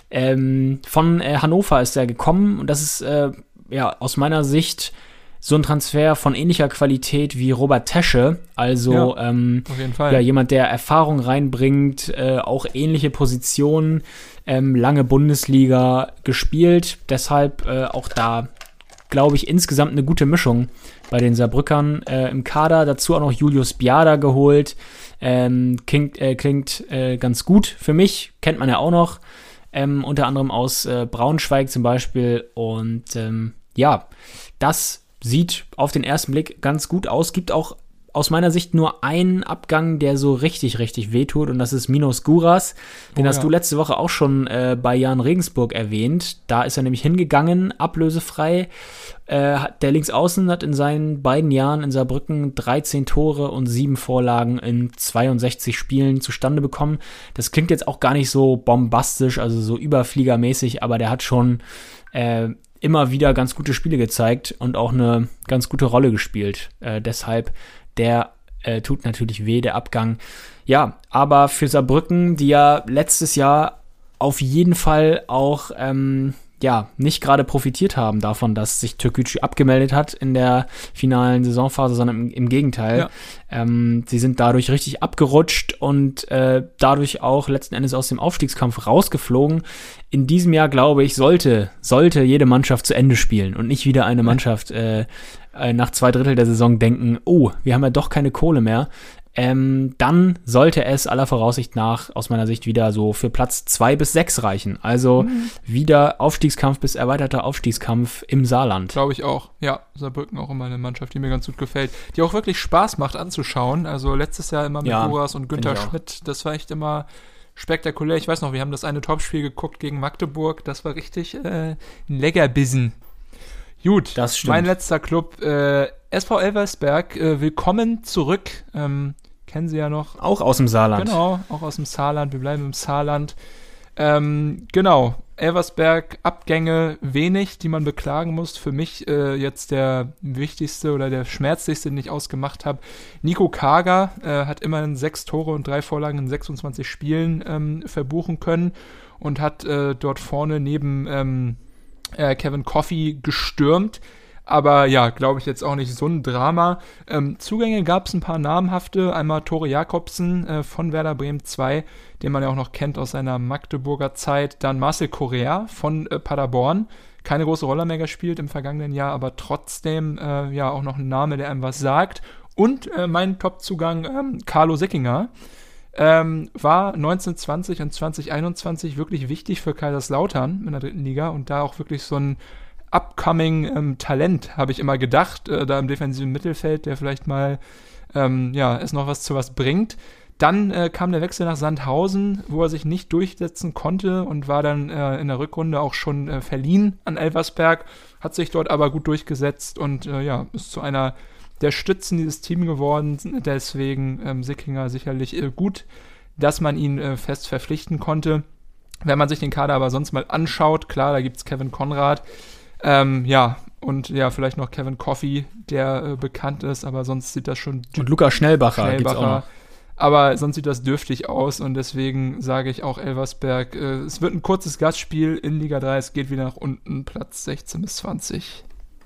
Ähm, von äh, Hannover ist er gekommen und das ist äh, ja aus meiner Sicht so ein Transfer von ähnlicher Qualität wie Robert Tesche. Also Ja, ähm, Auf jeden Fall. ja, jemand, der Erfahrung reinbringt, äh, auch ähnliche Positionen, ähm, lange Bundesliga gespielt. Deshalb äh, auch da, glaube ich, insgesamt eine gute Mischung bei den Saarbrückern äh, im Kader. Dazu auch noch Julius Biada geholt. Ähm, klingt äh, klingt äh, ganz gut für mich, kennt man ja auch noch. Ähm, unter anderem aus äh, Braunschweig zum Beispiel. Und ähm, ja, das sieht auf den ersten Blick ganz gut aus. Gibt auch aus meiner Sicht nur einen Abgang, der so richtig, richtig wehtut, und das ist Minos Guras. Den Oh, hast ja. du letzte Woche auch schon äh, bei Jan Regensburg erwähnt. Da ist er nämlich hingegangen, ablösefrei. Äh, hat- der Linksaußen hat in seinen beiden Jahren in Saarbrücken dreizehn Tore und sieben Vorlagen in zweiundsechzig Spielen zustande bekommen. Das klingt jetzt auch gar nicht so bombastisch, also so überfliegermäßig, aber der hat schon äh, immer wieder ganz gute Spiele gezeigt und auch eine ganz gute Rolle gespielt. Äh, deshalb, der äh, tut natürlich weh, der Abgang. Ja, aber für Saarbrücken, die ja letztes Jahr auf jeden Fall auch ähm, ja, nicht gerade profitiert haben davon, dass sich Türkgücü abgemeldet hat in der finalen Saisonphase, sondern im, im Gegenteil. Ja. Ähm, sie sind dadurch richtig abgerutscht und äh, dadurch auch letzten Endes aus dem Aufstiegskampf rausgeflogen. In diesem Jahr, glaube ich, sollte, sollte jede Mannschaft zu Ende spielen und nicht wieder eine Mannschaft äh, äh, nach zwei Drittel der Saison denken, oh, wir haben ja doch keine Kohle mehr. Ähm, dann sollte es aller Voraussicht nach aus meiner Sicht wieder so für Platz zwei bis sechs reichen. Also Mhm. wieder Aufstiegskampf bis erweiterter Aufstiegskampf im Saarland. Glaube ich auch. Ja, Saarbrücken auch immer eine Mannschaft, die mir ganz gut gefällt. Die auch wirklich Spaß macht anzuschauen. Also letztes Jahr immer mit Ja, Guras und Günther finde ich auch. Schmidt. Das war echt immer spektakulär. Ich weiß noch, wir haben das eine Topspiel geguckt gegen Magdeburg. Das war richtig äh, ein Leckerbissen. Gut, Das stimmt. mein letzter Club, äh, S V Elversberg. Äh, willkommen zurück. Ähm, kennen Sie ja noch. Auch aus dem Saarland. Genau, auch aus dem Saarland. Wir bleiben im Saarland. Ähm, genau, Elversberg, Abgänge wenig, die man beklagen muss. Für mich äh, jetzt der wichtigste oder der schmerzlichste, den ich ausgemacht habe. Nico Kager äh, hat immerhin sechs Tore und drei Vorlagen in sechsundzwanzig Spielen ähm, verbuchen können und hat äh, dort vorne neben ähm, äh, Kevin Coffey gestürmt. Aber ja, glaube ich jetzt auch nicht so ein Drama. Ähm, Zugänge gab es ein paar namhafte. Einmal Tore Jakobsen äh, von Werder Bremen zwei, den man ja auch noch kennt aus seiner Magdeburger Zeit. Dann Marcel Correa von äh, Paderborn. Keine große Rolle mehr gespielt im vergangenen Jahr, aber trotzdem äh, ja auch noch ein Name, der einem was sagt. Und äh, mein Top-Zugang, ähm, Carlo Sickinger. Ähm, war neunzehn zwanzig und zwanzig einundzwanzig wirklich wichtig für Kaiserslautern in der dritten Liga und da auch wirklich so ein upcoming ähm, Talent, habe ich immer gedacht, äh, da im defensiven Mittelfeld, der vielleicht mal ähm, ja, es noch was zu was bringt. Dann äh, kam der Wechsel nach Sandhausen, wo er sich nicht durchsetzen konnte und war dann äh, in der Rückrunde auch schon äh, verliehen an Elversberg, hat sich dort aber gut durchgesetzt und äh, ja, ist zu einer der Stützen dieses Teams geworden. Deswegen ähm, Sickinger sicherlich äh, gut, dass man ihn äh, fest verpflichten konnte. Wenn man sich den Kader aber sonst mal anschaut, klar, da gibt es Kevin Konrad, Ähm, ja, und ja, vielleicht noch Kevin Coffey, der äh, bekannt ist, aber sonst sieht das schon... Und Lukas Schnellbacher, Schnellbacher gibt's auch noch. Aber sonst sieht das dürftig aus und deswegen sage ich auch Elversberg, äh, es wird ein kurzes Gastspiel in Liga drei, es geht wieder nach unten, Platz sechzehn bis zwanzig.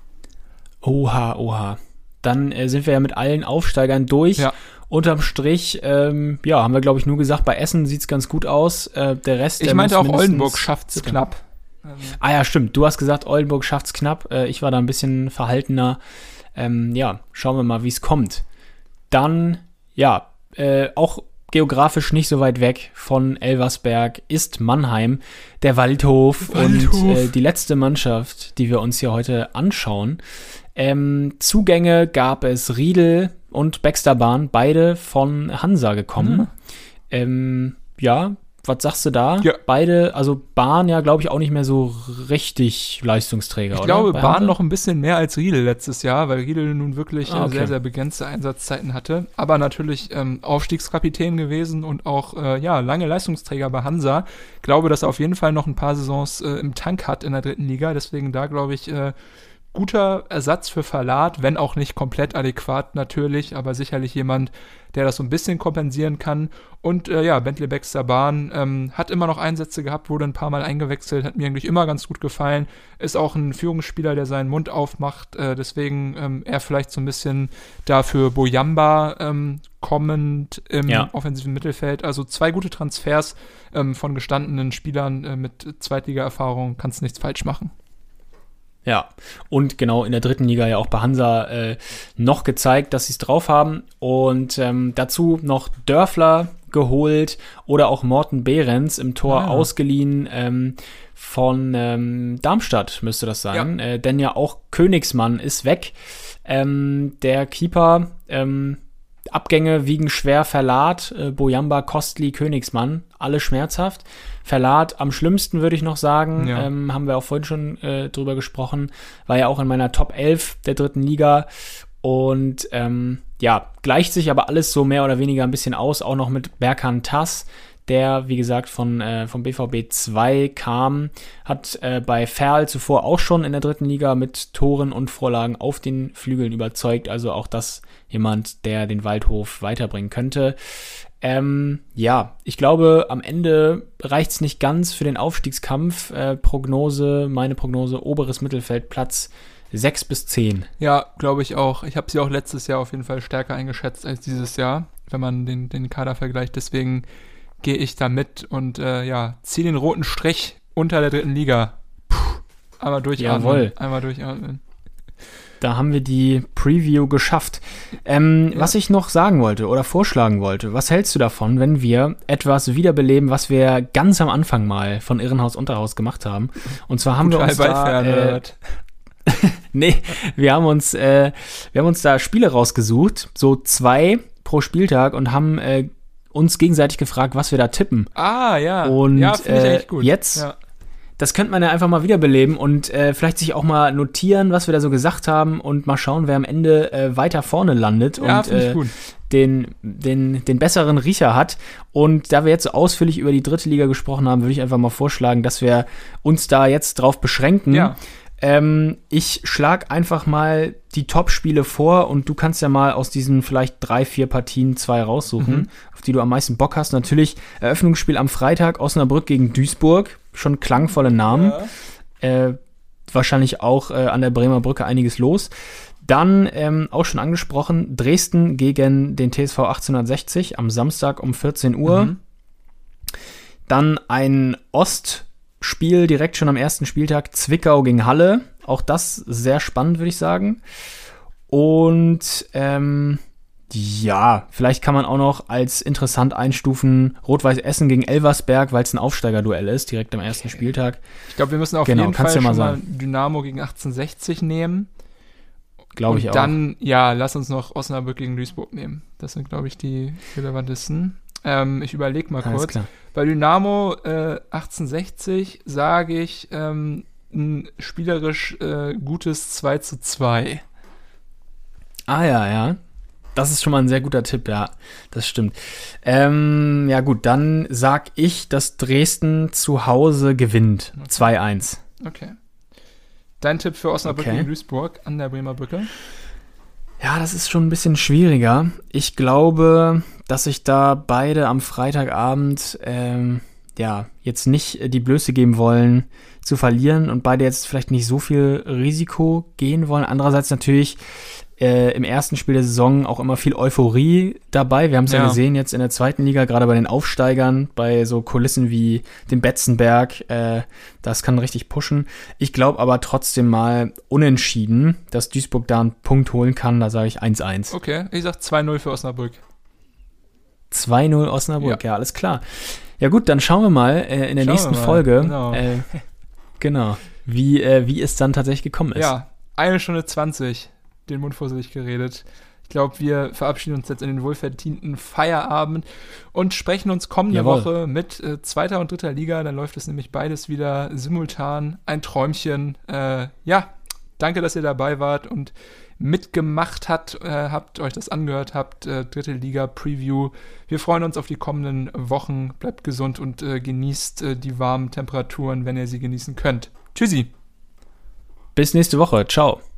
Oha, oha. Dann äh, sind wir ja mit allen Aufsteigern durch. Ja. Unterm Strich, ähm, ja, haben wir, glaube ich, nur gesagt, bei Essen sieht's ganz gut aus. Äh, der Rest... Ich der meinte muss auch mindestens- Oldenburg schafft's knapp. Ah ja, stimmt. Du hast gesagt, Oldenburg schafft's knapp. Äh, ich war da ein bisschen verhaltener. Ähm, ja, schauen wir mal, wie es kommt. Dann, ja, äh, auch geografisch nicht so weit weg von Elversberg ist Mannheim, der Waldhof, Waldhof. und äh, die letzte Mannschaft, die wir uns hier heute anschauen. Ähm, Zugänge gab es Riedel und Baxterbahn, beide von Hansa gekommen. Mhm. Ähm, ja, was sagst du da? Ja. Beide, also Bahn ja, glaube ich, auch nicht mehr so richtig Leistungsträger, Ich oder? glaube, Bei Bahn Hansa? noch ein bisschen mehr als Riedel letztes Jahr, weil Riedel nun wirklich Ah, äh, okay. sehr, sehr begrenzte Einsatzzeiten hatte. Aber natürlich ähm, Aufstiegskapitän gewesen und auch äh, ja lange Leistungsträger bei Hansa. Glaube, dass er auf jeden Fall noch ein paar Saisons äh, im Tank hat in der dritten Liga. Deswegen da, glaube ich, äh, guter Ersatz für Verlat, wenn auch nicht komplett adäquat natürlich, aber sicherlich jemand, der das so ein bisschen kompensieren kann. Und äh, ja, Bentley Baxter-Bahn ähm, hat immer noch Einsätze gehabt, wurde ein paar Mal eingewechselt, hat mir eigentlich immer ganz gut gefallen. Ist auch ein Führungsspieler, der seinen Mund aufmacht, äh, deswegen ähm, er vielleicht so ein bisschen dafür Boyamba ähm, kommend im Ja. offensiven Mittelfeld. Also zwei gute Transfers ähm, von gestandenen Spielern äh, mit Zweitliga-Erfahrung, kannst nichts falsch machen. Ja, und genau in der dritten Liga ja auch bei Hansa äh, noch gezeigt, dass sie es drauf haben. Und ähm, dazu noch Dörfler geholt oder auch Morten Behrens im Tor Ah. ausgeliehen ähm, von ähm, Darmstadt, müsste das sein. Ja. Äh, denn ja auch Königsmann ist weg. Ähm, der Keeper, ähm, Abgänge wiegen schwer, Verlat, äh, Boyamba, Kostli, Königsmann, alle schmerzhaft. Verlat am schlimmsten, würde ich noch sagen, Ja. ähm, haben wir auch vorhin schon äh, drüber gesprochen, war ja auch in meiner Top elf der dritten Liga und ähm, ja, gleicht sich aber alles so mehr oder weniger ein bisschen aus, auch noch mit Berkan Tass, der, wie gesagt, von äh, vom B V B zwei kam, hat äh, bei Ferl zuvor auch schon in der dritten Liga mit Toren und Vorlagen auf den Flügeln überzeugt, also auch das jemand, der den Waldhof weiterbringen könnte. Ähm, ja, ich glaube, am Ende reicht es nicht ganz für den Aufstiegskampf. Äh, Prognose, meine Prognose, oberes Mittelfeld, Platz sechs bis zehn. Ja, glaube ich auch. Ich habe sie auch letztes Jahr auf jeden Fall stärker eingeschätzt als dieses Jahr, wenn man den, den Kader vergleicht. Deswegen gehe ich da mit und äh, ja, ziehe den roten Strich unter der dritten Liga. Puh, einmal durchatmen. Jawohl. Einmal durchatmen. Da haben wir die Preview geschafft. Ähm, Ja. Was ich noch sagen wollte oder vorschlagen wollte, was hältst du davon, wenn wir etwas wiederbeleben, was wir ganz am Anfang mal von Irrenhaus Unterhaus gemacht haben? Und zwar haben wir uns da, äh, nee, wir haben uns, äh, wir haben uns da Spiele rausgesucht, so zwei pro Spieltag und haben äh, uns gegenseitig gefragt, was wir da tippen. Ah, ja. Und ja, finde ich äh, eigentlich gut. jetzt, Ja. das könnte man ja einfach mal wiederbeleben und äh, vielleicht sich auch mal notieren, was wir da so gesagt haben und mal schauen, wer am Ende äh, weiter vorne landet. Ja, und finde ich äh, gut. den, den, den besseren Riecher hat. Und da wir jetzt so ausführlich über die dritte Liga gesprochen haben, würde ich einfach mal vorschlagen, dass wir uns da jetzt drauf beschränken. Ja. Ähm, ich schlage einfach mal die Top-Spiele vor und du kannst ja mal aus diesen vielleicht drei, vier Partien zwei raussuchen, Mhm. auf die du am meisten Bock hast. Natürlich Eröffnungsspiel am Freitag, Osnabrück gegen Duisburg. Schon klangvolle Namen. Ja. Äh, wahrscheinlich auch äh, an der Bremer Brücke einiges los. Dann, ähm, auch schon angesprochen, Dresden gegen den T S V achtzehnhundertsechzig am Samstag um vierzehn Uhr. Mhm. Dann ein Ostspiel direkt schon am ersten Spieltag, Zwickau gegen Halle. Auch das sehr spannend, würde ich sagen. Und ähm, ja, vielleicht kann man auch noch als interessant einstufen Rot-Weiß Essen gegen Elversberg, weil es ein Aufsteigerduell ist, direkt am ersten Spieltag. Ich glaube, wir müssen auf Genau, jeden kannst Fall du ja mal schon mal sagen. Dynamo gegen achtzehnhundertsechzig nehmen. Glaube ich Und auch. dann, ja, lass uns noch Osnabrück gegen Duisburg nehmen. Das sind, glaube ich, die relevantesten. Ähm, ich überlege mal Alles kurz. klar. Bei Dynamo äh, achtzehnhundertsechzig sage ich ähm, ein spielerisch äh, gutes zwei zu zwei. Ah ja, ja. Das ist schon mal ein sehr guter Tipp, ja. Das stimmt. Ähm, ja gut, dann sag ich, dass Dresden zu Hause gewinnt. Okay. zwei eins. Okay. Dein Tipp für Osnabrück Okay. gegen Duisburg an der Bremer Brücke? Ja, das ist schon ein bisschen schwieriger. Ich glaube, dass sich da beide am Freitagabend ähm, ja jetzt nicht die Blöße geben wollen zu verlieren und beide jetzt vielleicht nicht so viel Risiko gehen wollen. Andererseits natürlich äh, im ersten Spiel der Saison auch immer viel Euphorie dabei. Wir haben es ja. Ja. gesehen jetzt in der zweiten Liga, gerade bei den Aufsteigern, bei so Kulissen wie dem Betzenberg. Äh, das kann richtig pushen. Ich glaube aber trotzdem mal unentschieden, dass Duisburg da einen Punkt holen kann. Da sage ich eins eins. Okay, ich sag zwei null für Osnabrück. zwei null Osnabrück, ja. Ja. alles klar. Ja gut, dann schauen wir mal äh, in der Schauen nächsten wir mal, Folge, genau. äh, genau, wie, äh, wie es dann tatsächlich gekommen ist. Ja, eine Stunde zwanzig, den Mund vor sich geredet. Ich glaube, wir verabschieden uns jetzt in den wohlverdienten Feierabend und sprechen uns kommende Jawohl. Woche mit äh, zweiter und dritter Liga. Dann läuft es nämlich beides wieder simultan. Ein Träumchen. Äh, ja, danke, dass ihr dabei wart und mitgemacht hat, äh, habt euch das angehört habt. Äh, dritte Liga Preview. Wir freuen uns auf die kommenden Wochen. Bleibt gesund und äh, genießt äh, die warmen Temperaturen, wenn ihr sie genießen könnt. Tschüssi. Bis nächste Woche. Ciao.